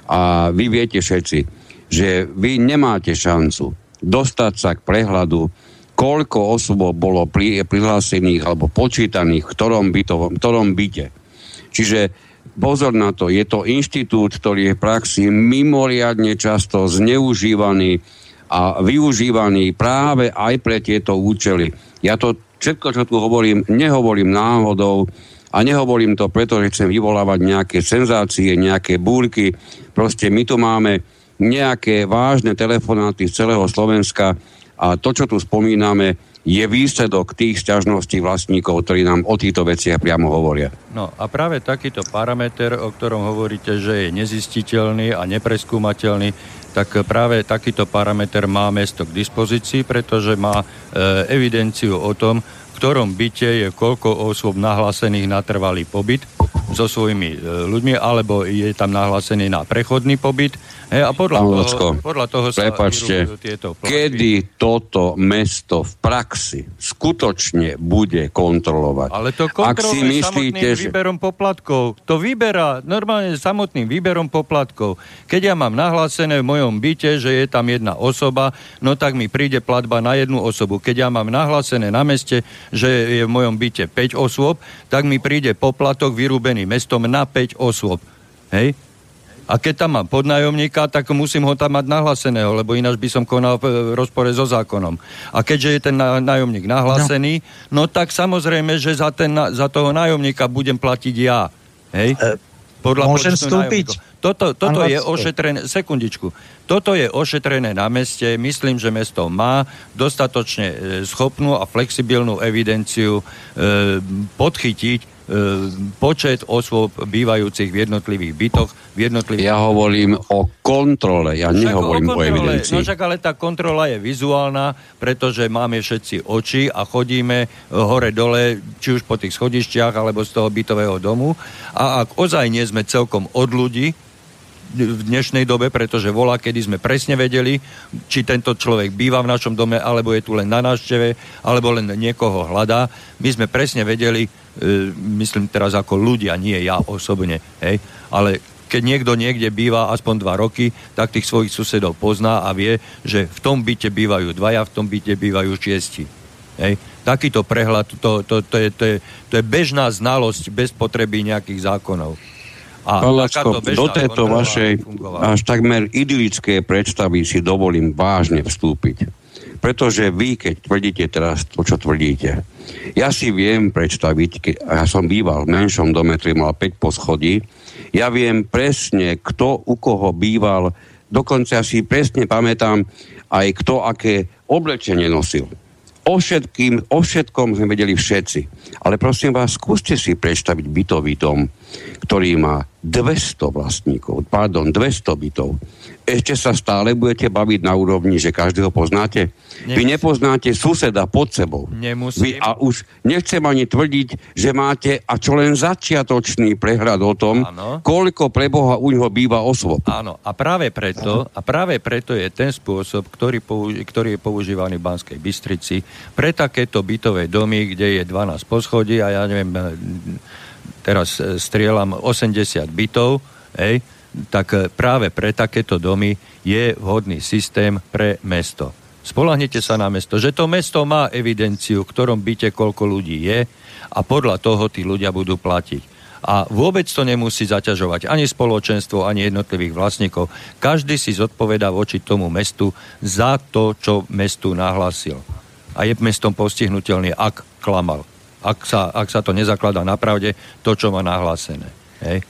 a vy viete všetci, že vy nemáte šancu dostať sa k prehľadu, koľko osôb bolo pri, prihlásených alebo počítaných v ktorom, bytovom, v ktorom byte. Čiže pozor na to, je to inštitút, ktorý je v praxi mimoriadne často zneužívaný a využívaný práve aj pre tieto účely. Ja to všetko, čo tu hovorím, nehovorím náhodou a nehovorím to preto, že chcem vyvolávať nejaké senzácie, nejaké búrky. Proste my tu máme nejaké vážne telefonáty z celého Slovenska a to, čo tu spomíname, je výsledok tých sťažností vlastníkov, ktorí nám o týchto veciach priamo hovoria. No a práve takýto parameter, o ktorom hovoríte, že je nezistiteľný a nepreskúmateľný, tak práve takýto parameter má mesto k dispozícii, pretože má e, evidenciu o tom, v ktorom byte je koľko osôb nahlásených na trvalý pobyt so svojimi e, ľuďmi, alebo je tam nahlásený na prechodný pobyt. He, a podľa toho, Locko, podľa toho sa prepáčte, tieto platby. Kedy toto mesto v praxi skutočne bude kontrolovať? Ale to kontroluje samotným že... výberom poplatkov. To vyberá normálne samotným výberom poplatkov. Keď ja mám nahlásené v mojom byte, že je tam jedna osoba, no tak mi príde platba na jednu osobu. Keď ja mám nahlásené na meste, že je v mojom byte päť osôb, tak mi príde poplatok vyrúbený mestom na päť osôb. Hej? A keď tam mám podnájomníka, tak musím ho tam mať nahláseného, lebo ináč by som konal v rozpore so zákonom. A keďže je ten nájomník nahlásený, no, no tak samozrejme, že za, ten, za toho nájomníka budem platiť ja. Hej? Podľa Môžem vstúpiť? Toto, toto je ošetrené, sekundičku, toto je ošetrené na meste, myslím, že mesto má dostatočne schopnú a flexibilnú evidenciu e, podchytiť počet osôb bývajúcich v jednotlivých bytoch, v jednotlivých... Ja hovorím o kontrole, ja však nehovorím o, o evidencii. No však ale tá kontrola je vizuálna, pretože máme všetci oči a chodíme hore-dole, či už po tých schodišťach, alebo z toho bytového domu. A ak ozaj nie sme celkom od ľudí, v dnešnej dobe, pretože volá, kedy sme presne vedeli, či tento človek býva v našom dome, alebo je tu len na návšteve, alebo len niekoho hľadá. My sme presne vedeli, e, myslím teraz ako ľudia, nie ja osobne, hej, ale keď niekto niekde býva aspoň dva roky, tak tých svojich susedov pozná a vie, že v tom byte bývajú dvaja, v tom byte bývajú šiesti. Hej. Takýto prehľad, to, to, to, je, to, je, to je bežná znalosť bez potreby nejakých zákonov. A Pán Lacko, do tejto vašej až takmer idylické predstavy si dovolím vážne vstúpiť. Pretože vy, keď tvrdíte teraz to, čo tvrdíte, ja si viem predstaviť, keď ja som býval v menšom dome, ktorý mal päť poschodí, ja viem presne, kto u koho býval, dokonca si presne pamätám aj kto aké oblečenie nosil. O všetkým, o všetkom sme vedeli všetci. Ale prosím vás, skúste si predstaviť bytový dom, ktorý má dvesto vlastníkov, pardon, dvesto bytov. Ešte sa stále budete baviť na úrovni, že každého poznáte? Nemusím. Vy nepoznáte suseda pod sebou. Nemusím. Vy, a už nechcem ani tvrdiť, že máte a čo len začiatočný prehľad o tom, áno, koľko pre Boha u ňoho býva osôb. Áno, a práve preto, a práve preto je ten spôsob, ktorý, použi- ktorý je používaný v Banskej Bystrici pre takéto bytové domy, kde je dvanásť poschodí a ja neviem, teraz strieľam osemdesiat bytov, hej, tak práve pre takéto domy je vhodný systém pre mesto. Spoľahnite sa na mesto, že to mesto má evidenciu, v ktorom byte koľko ľudí je a podľa toho tí ľudia budú platiť. A vôbec to nemusí zaťažovať ani spoločenstvo, ani jednotlivých vlastníkov. Každý si zodpovedá voči tomu mestu za to, čo mestu nahlásil. A je mestom postihnutelný, ak klamal. Ak sa, ak sa to nezakladá na pravde, to, čo má nahlásené. Hej?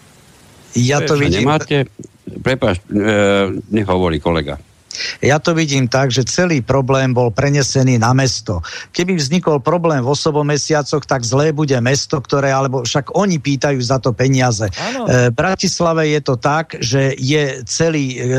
Ja to vidím... Nemáte... Prepáč, e, nehovorí kolega. Ja to vidím tak, že celý problém bol prenesený na mesto. Keby vznikol problém v osobomesiacoch, tak zlé bude mesto, ktoré, alebo však oni pýtajú za to peniaze. E, v Bratislave je to tak, že je celý e,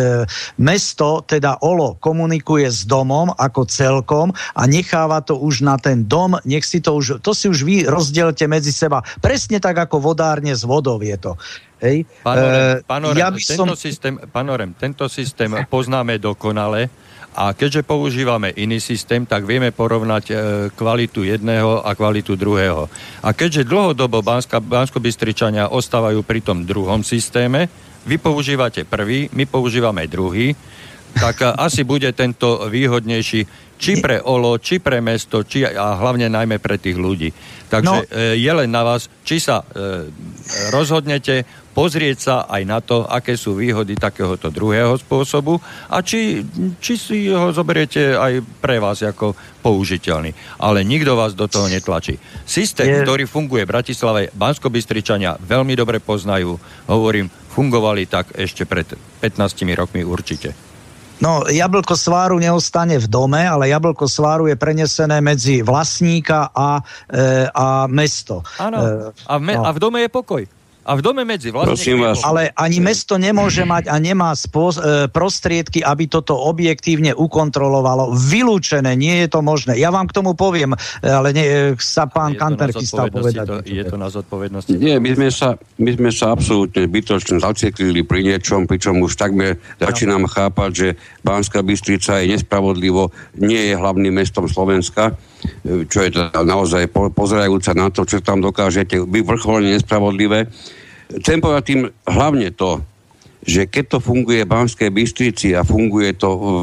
mesto, teda Olo, komunikuje s domom ako celkom a necháva to už na ten dom, nech si to už, to si už vy rozdielte medzi seba. Presne tak ako vodárne s vodou je to. Hej. Panorem, panorem, ja by tento, som... systém, panorem, tento systém poznáme dokonale a keďže používame iný systém, tak vieme porovnať e, kvalitu jedného a kvalitu druhého. A keďže dlhodobo Banska, Banskobystričania ostávajú pri tom druhom systéme, vy používate prvý, my používame druhý, tak a, asi bude tento výhodnejší či pre Olo, či pre mesto, či a hlavne najmä pre tých ľudí. Takže no. e, je len na vás, či sa e, rozhodnete pozrieť sa aj na to, aké sú výhody takéhoto druhého spôsobu a či, či si ho zoberiete aj pre vás ako použiteľný. Ale nikto vás do toho netlačí. Systém, je... ktorý funguje v Bratislave, Banskobystričania veľmi dobre poznajú. Hovorím, fungovali tak ešte pred pätnástimi rokmi určite. No, jablko sváru neostane v dome, ale jablko sváru je prenesené medzi vlastníka a, e, a mesto. Áno, a, v me- no. a v dome je pokoj. A v dome medzi vlastníkmi... Ale ani mesto nemôže mať a nemá spôs- e, prostriedky, aby toto objektívne ukontrolovalo. Vylúčené, nie je to možné. Ja vám k tomu poviem, ale nie, sa pán Kanter chystal povedať. To, je to na zodpovednosti? Nie, my sme sa, my sme sa absolútne zbytočne zaciklili pri niečom, pričom už takmer začínam chápať, že Banská Bystrica je nespravodlivo, nie je hlavným mestom Slovenska, čo je to naozaj pozerajúca na to, čo tam dokážete, byť vrcholne nespravodlivé. Chcem povedať tým hlavne to, že keď to funguje v Banskej Bystrici a funguje to v,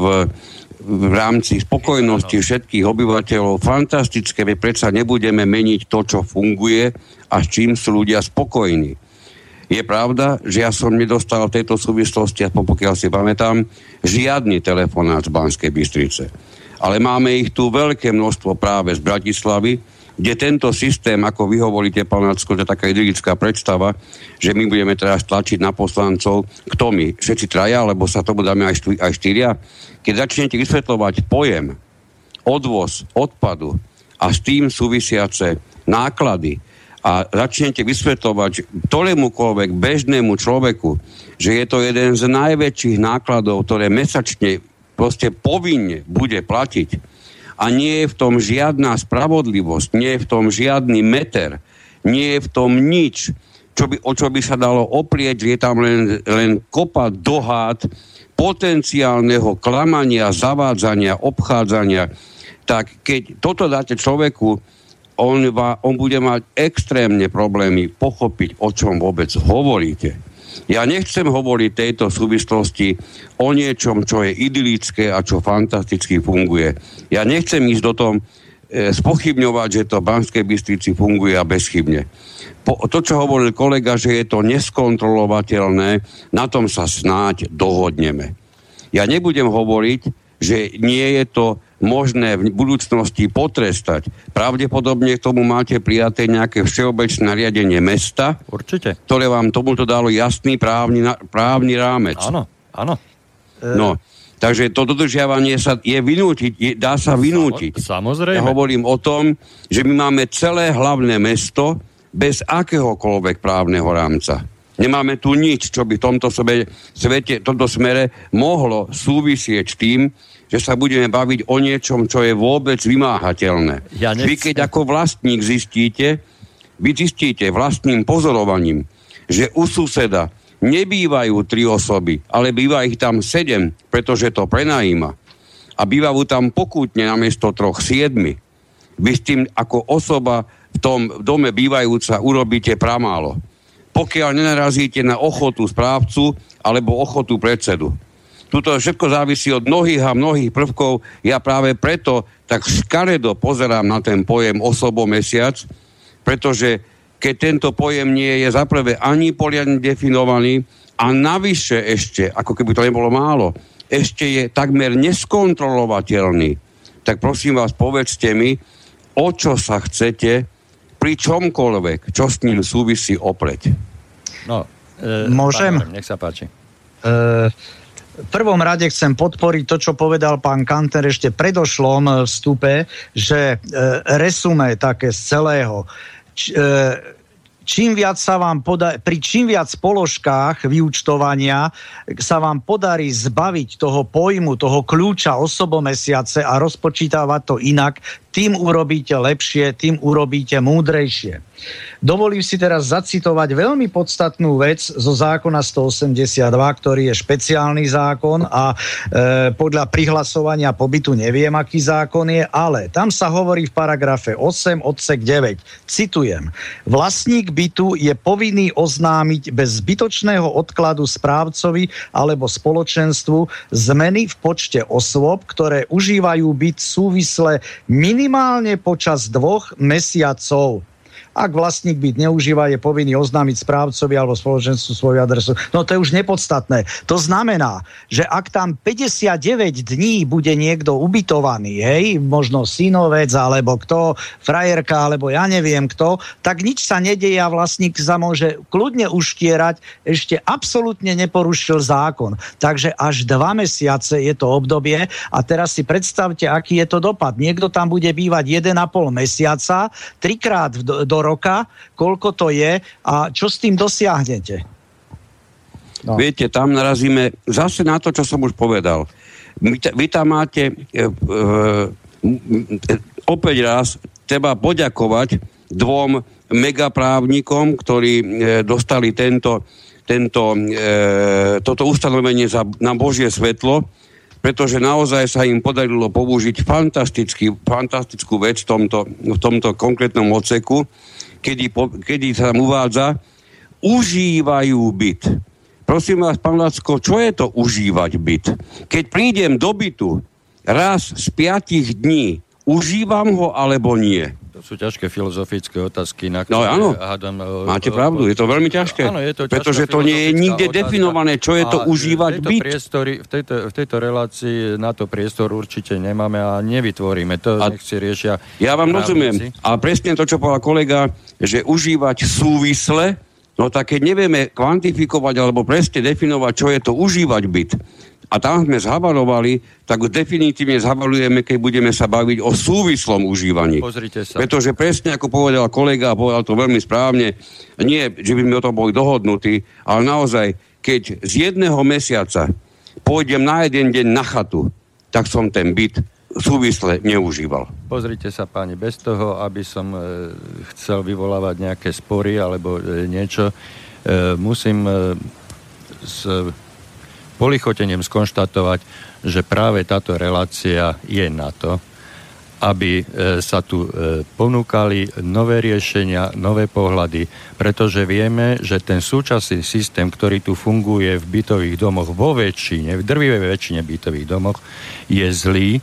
v rámci spokojnosti všetkých obyvateľov, fantastické, veď predsa nebudeme meniť to, čo funguje a s čím sú ľudia spokojní. Je pravda, že ja som nedostal v tejto súvislosti, a pokiaľ si pamätám, žiadny telefonát z Banskej Bystrice. Ale máme ich tu veľké množstvo práve z Bratislavy, kde tento systém, ako vy hovoríte, pán Lacko, to je taká idylická predstava, že my budeme teraz tlačiť na poslancov, kto my, všetci traja, alebo sa tomu dáme aj, štv- aj štyria. Keď začnete vysvetľovať pojem odvoz odpadu a s tým súvisiace náklady a začnete vysvetľovať ktorémukoľvek bežnému človeku, že je to jeden z najväčších nákladov, ktoré mesačne proste povinne bude platiť, a nie je v tom žiadna spravodlivosť, nie je v tom žiadny meter, nie je v tom nič, čo by, o čo by sa dalo oprieť, že je tam len, len kopa dohád, potenciálneho klamania, zavádzania, obchádzania, tak keď toto dáte človeku, on, va, on bude mať extrémne problémy pochopiť, o čom vôbec hovoríte. Ja nechcem hovoriť tejto súvislosti o niečom, čo je idylické a čo fantasticky funguje. Ja nechcem ísť do tom, e, spochybňovať, že to v Banskej Bystrici funguje a bezchybne. Po, to, čo hovoril kolega, že je to neskontrolovateľné, na tom sa snáď dohodneme. Ja nebudem hovoriť, že nie je to možné v budúcnosti potrestať. Pravdepodobne k tomu máte prijaté nejaké všeobecné nariadenie mesta, Určite. ktoré vám tomuto dalo jasný právny, právny rámec. Áno, áno. No, takže to dodržiavanie sa je vynútiť, je, dá sa vynútiť. Samozrejme. Ja hovorím o tom, že my máme celé hlavné mesto bez akéhokoľvek právneho rámca. Nemáme tu nič, čo by v tomto sebe, svete, tomto smere mohlo súvisieť s tým, že sa budeme baviť o niečom, čo je vôbec vymáhateľné. Ja nechcem... Vy keď ako vlastník zistíte, vy zistíte vlastným pozorovaním, že u suseda nebývajú tri osoby, ale býva ich tam sedem, pretože to prenajíma. A bývajú tam pokútne namiesto troch siedmi. Vy s tým ako osoba v tom dome bývajúca urobíte pramálo. Pokiaľ nenarazíte na ochotu správcu alebo ochotu predsedu. Tuto všetko závisí od mnohých a mnohých prvkov. Ja práve preto tak škaredo pozerám na ten pojem osobomesiac, pretože keď tento pojem nie je zaprvé ani poriadne definovaný a navyše ešte, ako keby to nebolo málo, ešte je takmer neskontrolovateľný, tak prosím vás, povedzte mi, o čo sa chcete pri čomkoľvek, čo s ním súvisí opreť. No, e, Môžem? Pán, nech sa páči. E, v prvom rade chcem podporiť to, čo povedal pán Kanter ešte v predošlom vstupe, že e, resume také z celého. Č, e, čím viac sa vám poda- pri čím viac položkách vyúčtovania sa vám podarí zbaviť toho pojmu, toho kľúča osobomesiace a rozpočítavať to inak, tým urobíte lepšie, tým urobíte múdrejšie. Dovolím si teraz zacitovať veľmi podstatnú vec zo zákona stoosemdesiatdva, ktorý je špeciálny zákon a e, podľa prihlasovania pobytu neviem, aký zákon je, ale tam sa hovorí v paragrafe osem odsek deväť. Citujem. Vlastník bytu je povinný oznámiť bez zbytočného odkladu správcovi alebo spoločenstvu zmeny v počte osôb, ktoré užívajú byt súvisle minimálne počas dvoch mesiacov. Ak vlastník byt neužíva, je povinný oznámiť správcovi alebo spoločenstvu svoju adresu. No to je už nepodstatné. To znamená, že ak tam päťdesiatdeväť dní bude niekto ubytovaný, hej, možno synovec alebo kto, frajerka alebo ja neviem kto, tak nič sa nedeje a vlastník sa môže kľudne uštierať, ešte absolútne neporušil zákon. Takže až dva mesiace je to obdobie a teraz si predstavte, aký je to dopad. Niekto tam bude bývať jeden a pol mesiaca, trikrát do, do roka, koľko to je a čo s tým dosiahnete? No. Viete, tam narazíme zase na to, čo som už povedal. Vy, vy tam máte e, e, opäť raz treba poďakovať dvom megaprávnikom, ktorí e, dostali tento, tento, e, toto ustanovenie za, na Božie svetlo, pretože naozaj sa im podarilo použiť fantastickú vec v tomto, v tomto konkrétnom odseku, kedy, kedy sa tam uvádza, užívajú byt. Prosím vás, pán Lacko, čo je to užívať byt? Keď prídem do bytu raz z piatich dní, užívam ho alebo nie? To sú ťažké filozofické otázky, na ktoré... No áno, hádam, máte pravdu, je to veľmi ťažké. Áno, je to pretože to nie je nikde otázka. Definované, čo je to a užívať v byt. Priestory, v, tejto, v tejto relácii na to priestor určite nemáme a nevytvoríme. To a nech si riešia... Ja vám rozumiem. A presne to, čo povedal kolega, že užívať súvisle, no tak keď nevieme kvantifikovať alebo presne definovať, čo je to užívať byt, a tam sme zhavarovali, tak definitívne zhavarujeme, keď budeme sa baviť o súvislom užívaní. Pozrite sa. Pretože presne ako povedal kolega, a povedal to veľmi správne, nie, že by sme o tom boli dohodnutí, ale naozaj, keď z jedného mesiaca pôjdem na jeden deň na chatu, tak som ten byt súvisle neužíval. Pozrite sa, páni, bez toho, aby som e, chcel vyvolávať nejaké spory alebo e, niečo, e, musím e, s polichotením skonštatovať, že práve táto relácia je na to, aby sa tu ponúkali nové riešenia, nové pohľady, pretože vieme, že ten súčasný systém, ktorý tu funguje v bytových domoch vo väčšine, v drvivej väčšine bytových domoch, je zlý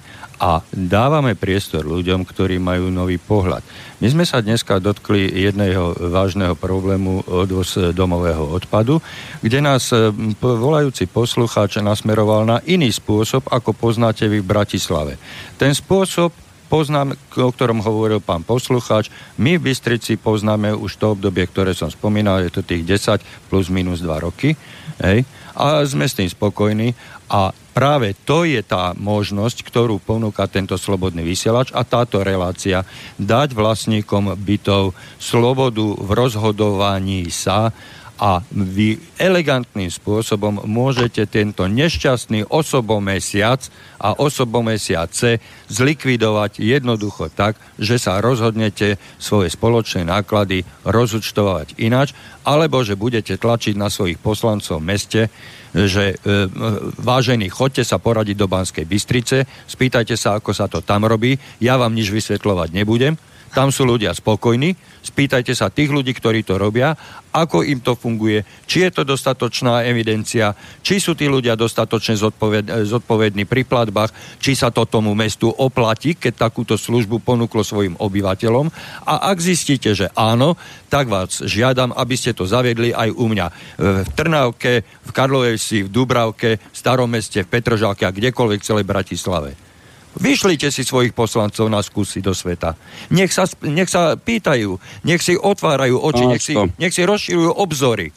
a dávame priestor ľuďom, ktorí majú nový pohľad. My sme sa dneska dotkli jedného vážneho problému odvoz domového odpadu, kde nás volajúci poslucháč nasmeroval na iný spôsob, ako poznáte vy v Bratislave. Ten spôsob poznám, o ktorom hovoril pán poslucháč, my v Bystrici poznáme už to obdobie, ktoré som spomínal, je to tých desať plus minus dva roky, hej, a sme s tým spokojní a práve to je tá možnosť, ktorú ponúka tento slobodný vysielač a táto relácia dať vlastníkom bytov slobodu v rozhodovaní sa a vy elegantným spôsobom môžete tento nešťastný osobomesiac a osobomesiace zlikvidovať jednoducho tak, že sa rozhodnete svoje spoločné náklady rozúčtovať ináč, alebo že budete tlačiť na svojich poslancov v meste, že e, vážení, choďte sa poradiť do Banskej Bystrice, spýtajte sa, ako sa to tam robí, ja vám nič vysvetľovať nebudem. Tam sú ľudia spokojní, spýtajte sa tých ľudí, ktorí to robia, ako im to funguje, či je to dostatočná evidencia, či sú tí ľudia dostatočne zodpoved, zodpovední pri platbách, či sa to tomu mestu oplatí, keď takúto službu ponúklo svojim obyvateľom. A ak zistíte, že áno, tak vás žiadam, aby ste to zaviedli aj u mňa v Trnavke, v Karlovej Vsi, v Dúbravke, v Starom Meste, v Petržalke a kdekoľvek v celej Bratislave. Vyšlite si svojich poslancov na skúsi do sveta. Nech sa, nech sa pýtajú, nech si otvárajú oči, nech si, nech si rozširujú obzory.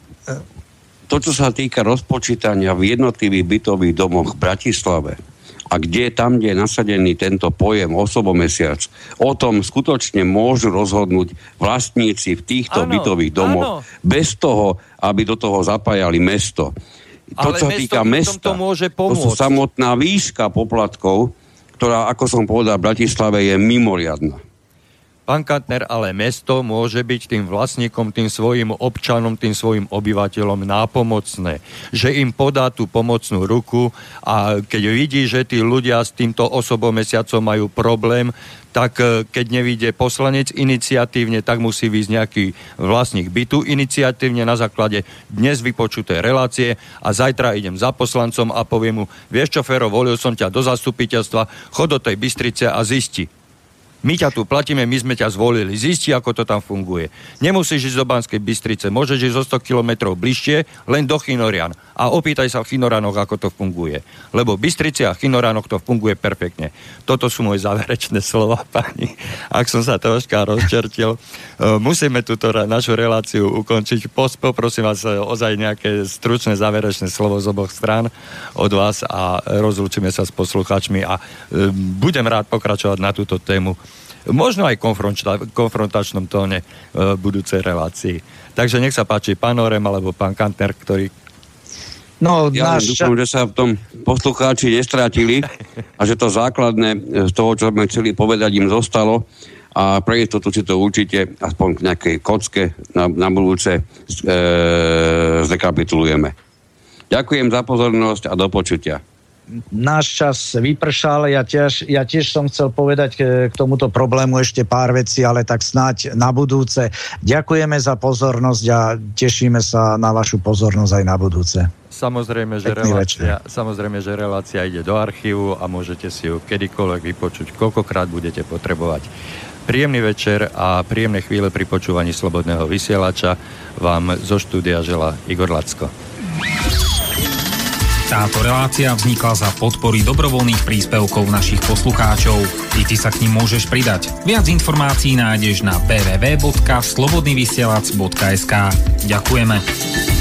To, čo sa týka rozpočítania v jednotlivých bytových domoch v Bratislave a kde tam, kde je nasadený tento pojem osobomesiac, o tom skutočne môžu rozhodnúť vlastníci v týchto áno, bytových domoch áno. bez toho, aby do toho zapájali mesto. To, ale čo sa týka mesta, to, môže pomôcť. To sú samotná výška poplatkov, ktorá, ako som povedal, v Bratislave je mimoriadna. Pán Kantner, ale mesto môže byť tým vlastníkom, tým svojim občanom, tým svojim obyvateľom nápomocné. Že im podá tú pomocnú ruku a keď vidí, že tí ľudia s týmto osobomesiacom majú problém, tak keď nevíde poslanec iniciatívne, tak musí výjsť nejaký vlastník bytu iniciatívne na základe dnes vypočuté relácie a zajtra idem za poslancom a poviem mu, vieš čo, Fero, volil som ťa do zastupiteľstva, chod do tej Bystrice a zisti. My ťa tu platíme, my sme ťa zvolili. Zisti, ako to tam funguje. Nemusíš ísť do Banskej Bystrice, môžeš ísť zo sto kilometrov bližšie, len do Chinorian. A opýtaj sa v Chinoranoch, ako to funguje. Lebo v Bystrici a Chinoranoch to funguje perfektne. Toto sú moje záverečné slova, pani. Ak som sa troška rozčertil, musíme túto našu reláciu ukončiť. Poprosím vás ozaj nejaké stručné záverečné slovo z oboch strán od vás a rozlúčime sa s poslucháčmi a budem rád pokračovať na túto tému. Možno aj konfronta- konfrontačnom tóne e, budúcej relácii. Takže nech sa páči pán Orem alebo pán Kantner, ktorý... No, ja náš... dúfam, že sa v tom poslucháči nestrátili a že to základné z toho, čo sme chceli povedať, im zostalo a pre istotu si to určite aspoň k nejakej kocke na, na budúce e, zrekapitulujeme. Ďakujem za pozornosť a do počutia. Náš čas vypršal, ja tiež, ja tiež som chcel povedať k, k tomuto problému ešte pár vecí, ale tak snáď na budúce. Ďakujeme za pozornosť a tešíme sa na vašu pozornosť aj na budúce. Samozrejme, že relácia, samozrejme, že relácia ide do archívu a môžete si ju kedykoľvek vypočuť, koľkokrát budete potrebovať. Príjemný večer a príjemné chvíle pri počúvaní Slobodného vysielača vám zo štúdia želá Igor Lacko. Táto relácia vznikla za podpory dobrovoľných príspevkov našich poslucháčov. I ty sa k nim môžeš pridať. Viac informácií nájdeš na w w w bodka slobodnyvysielac bodka es ka. Ďakujeme.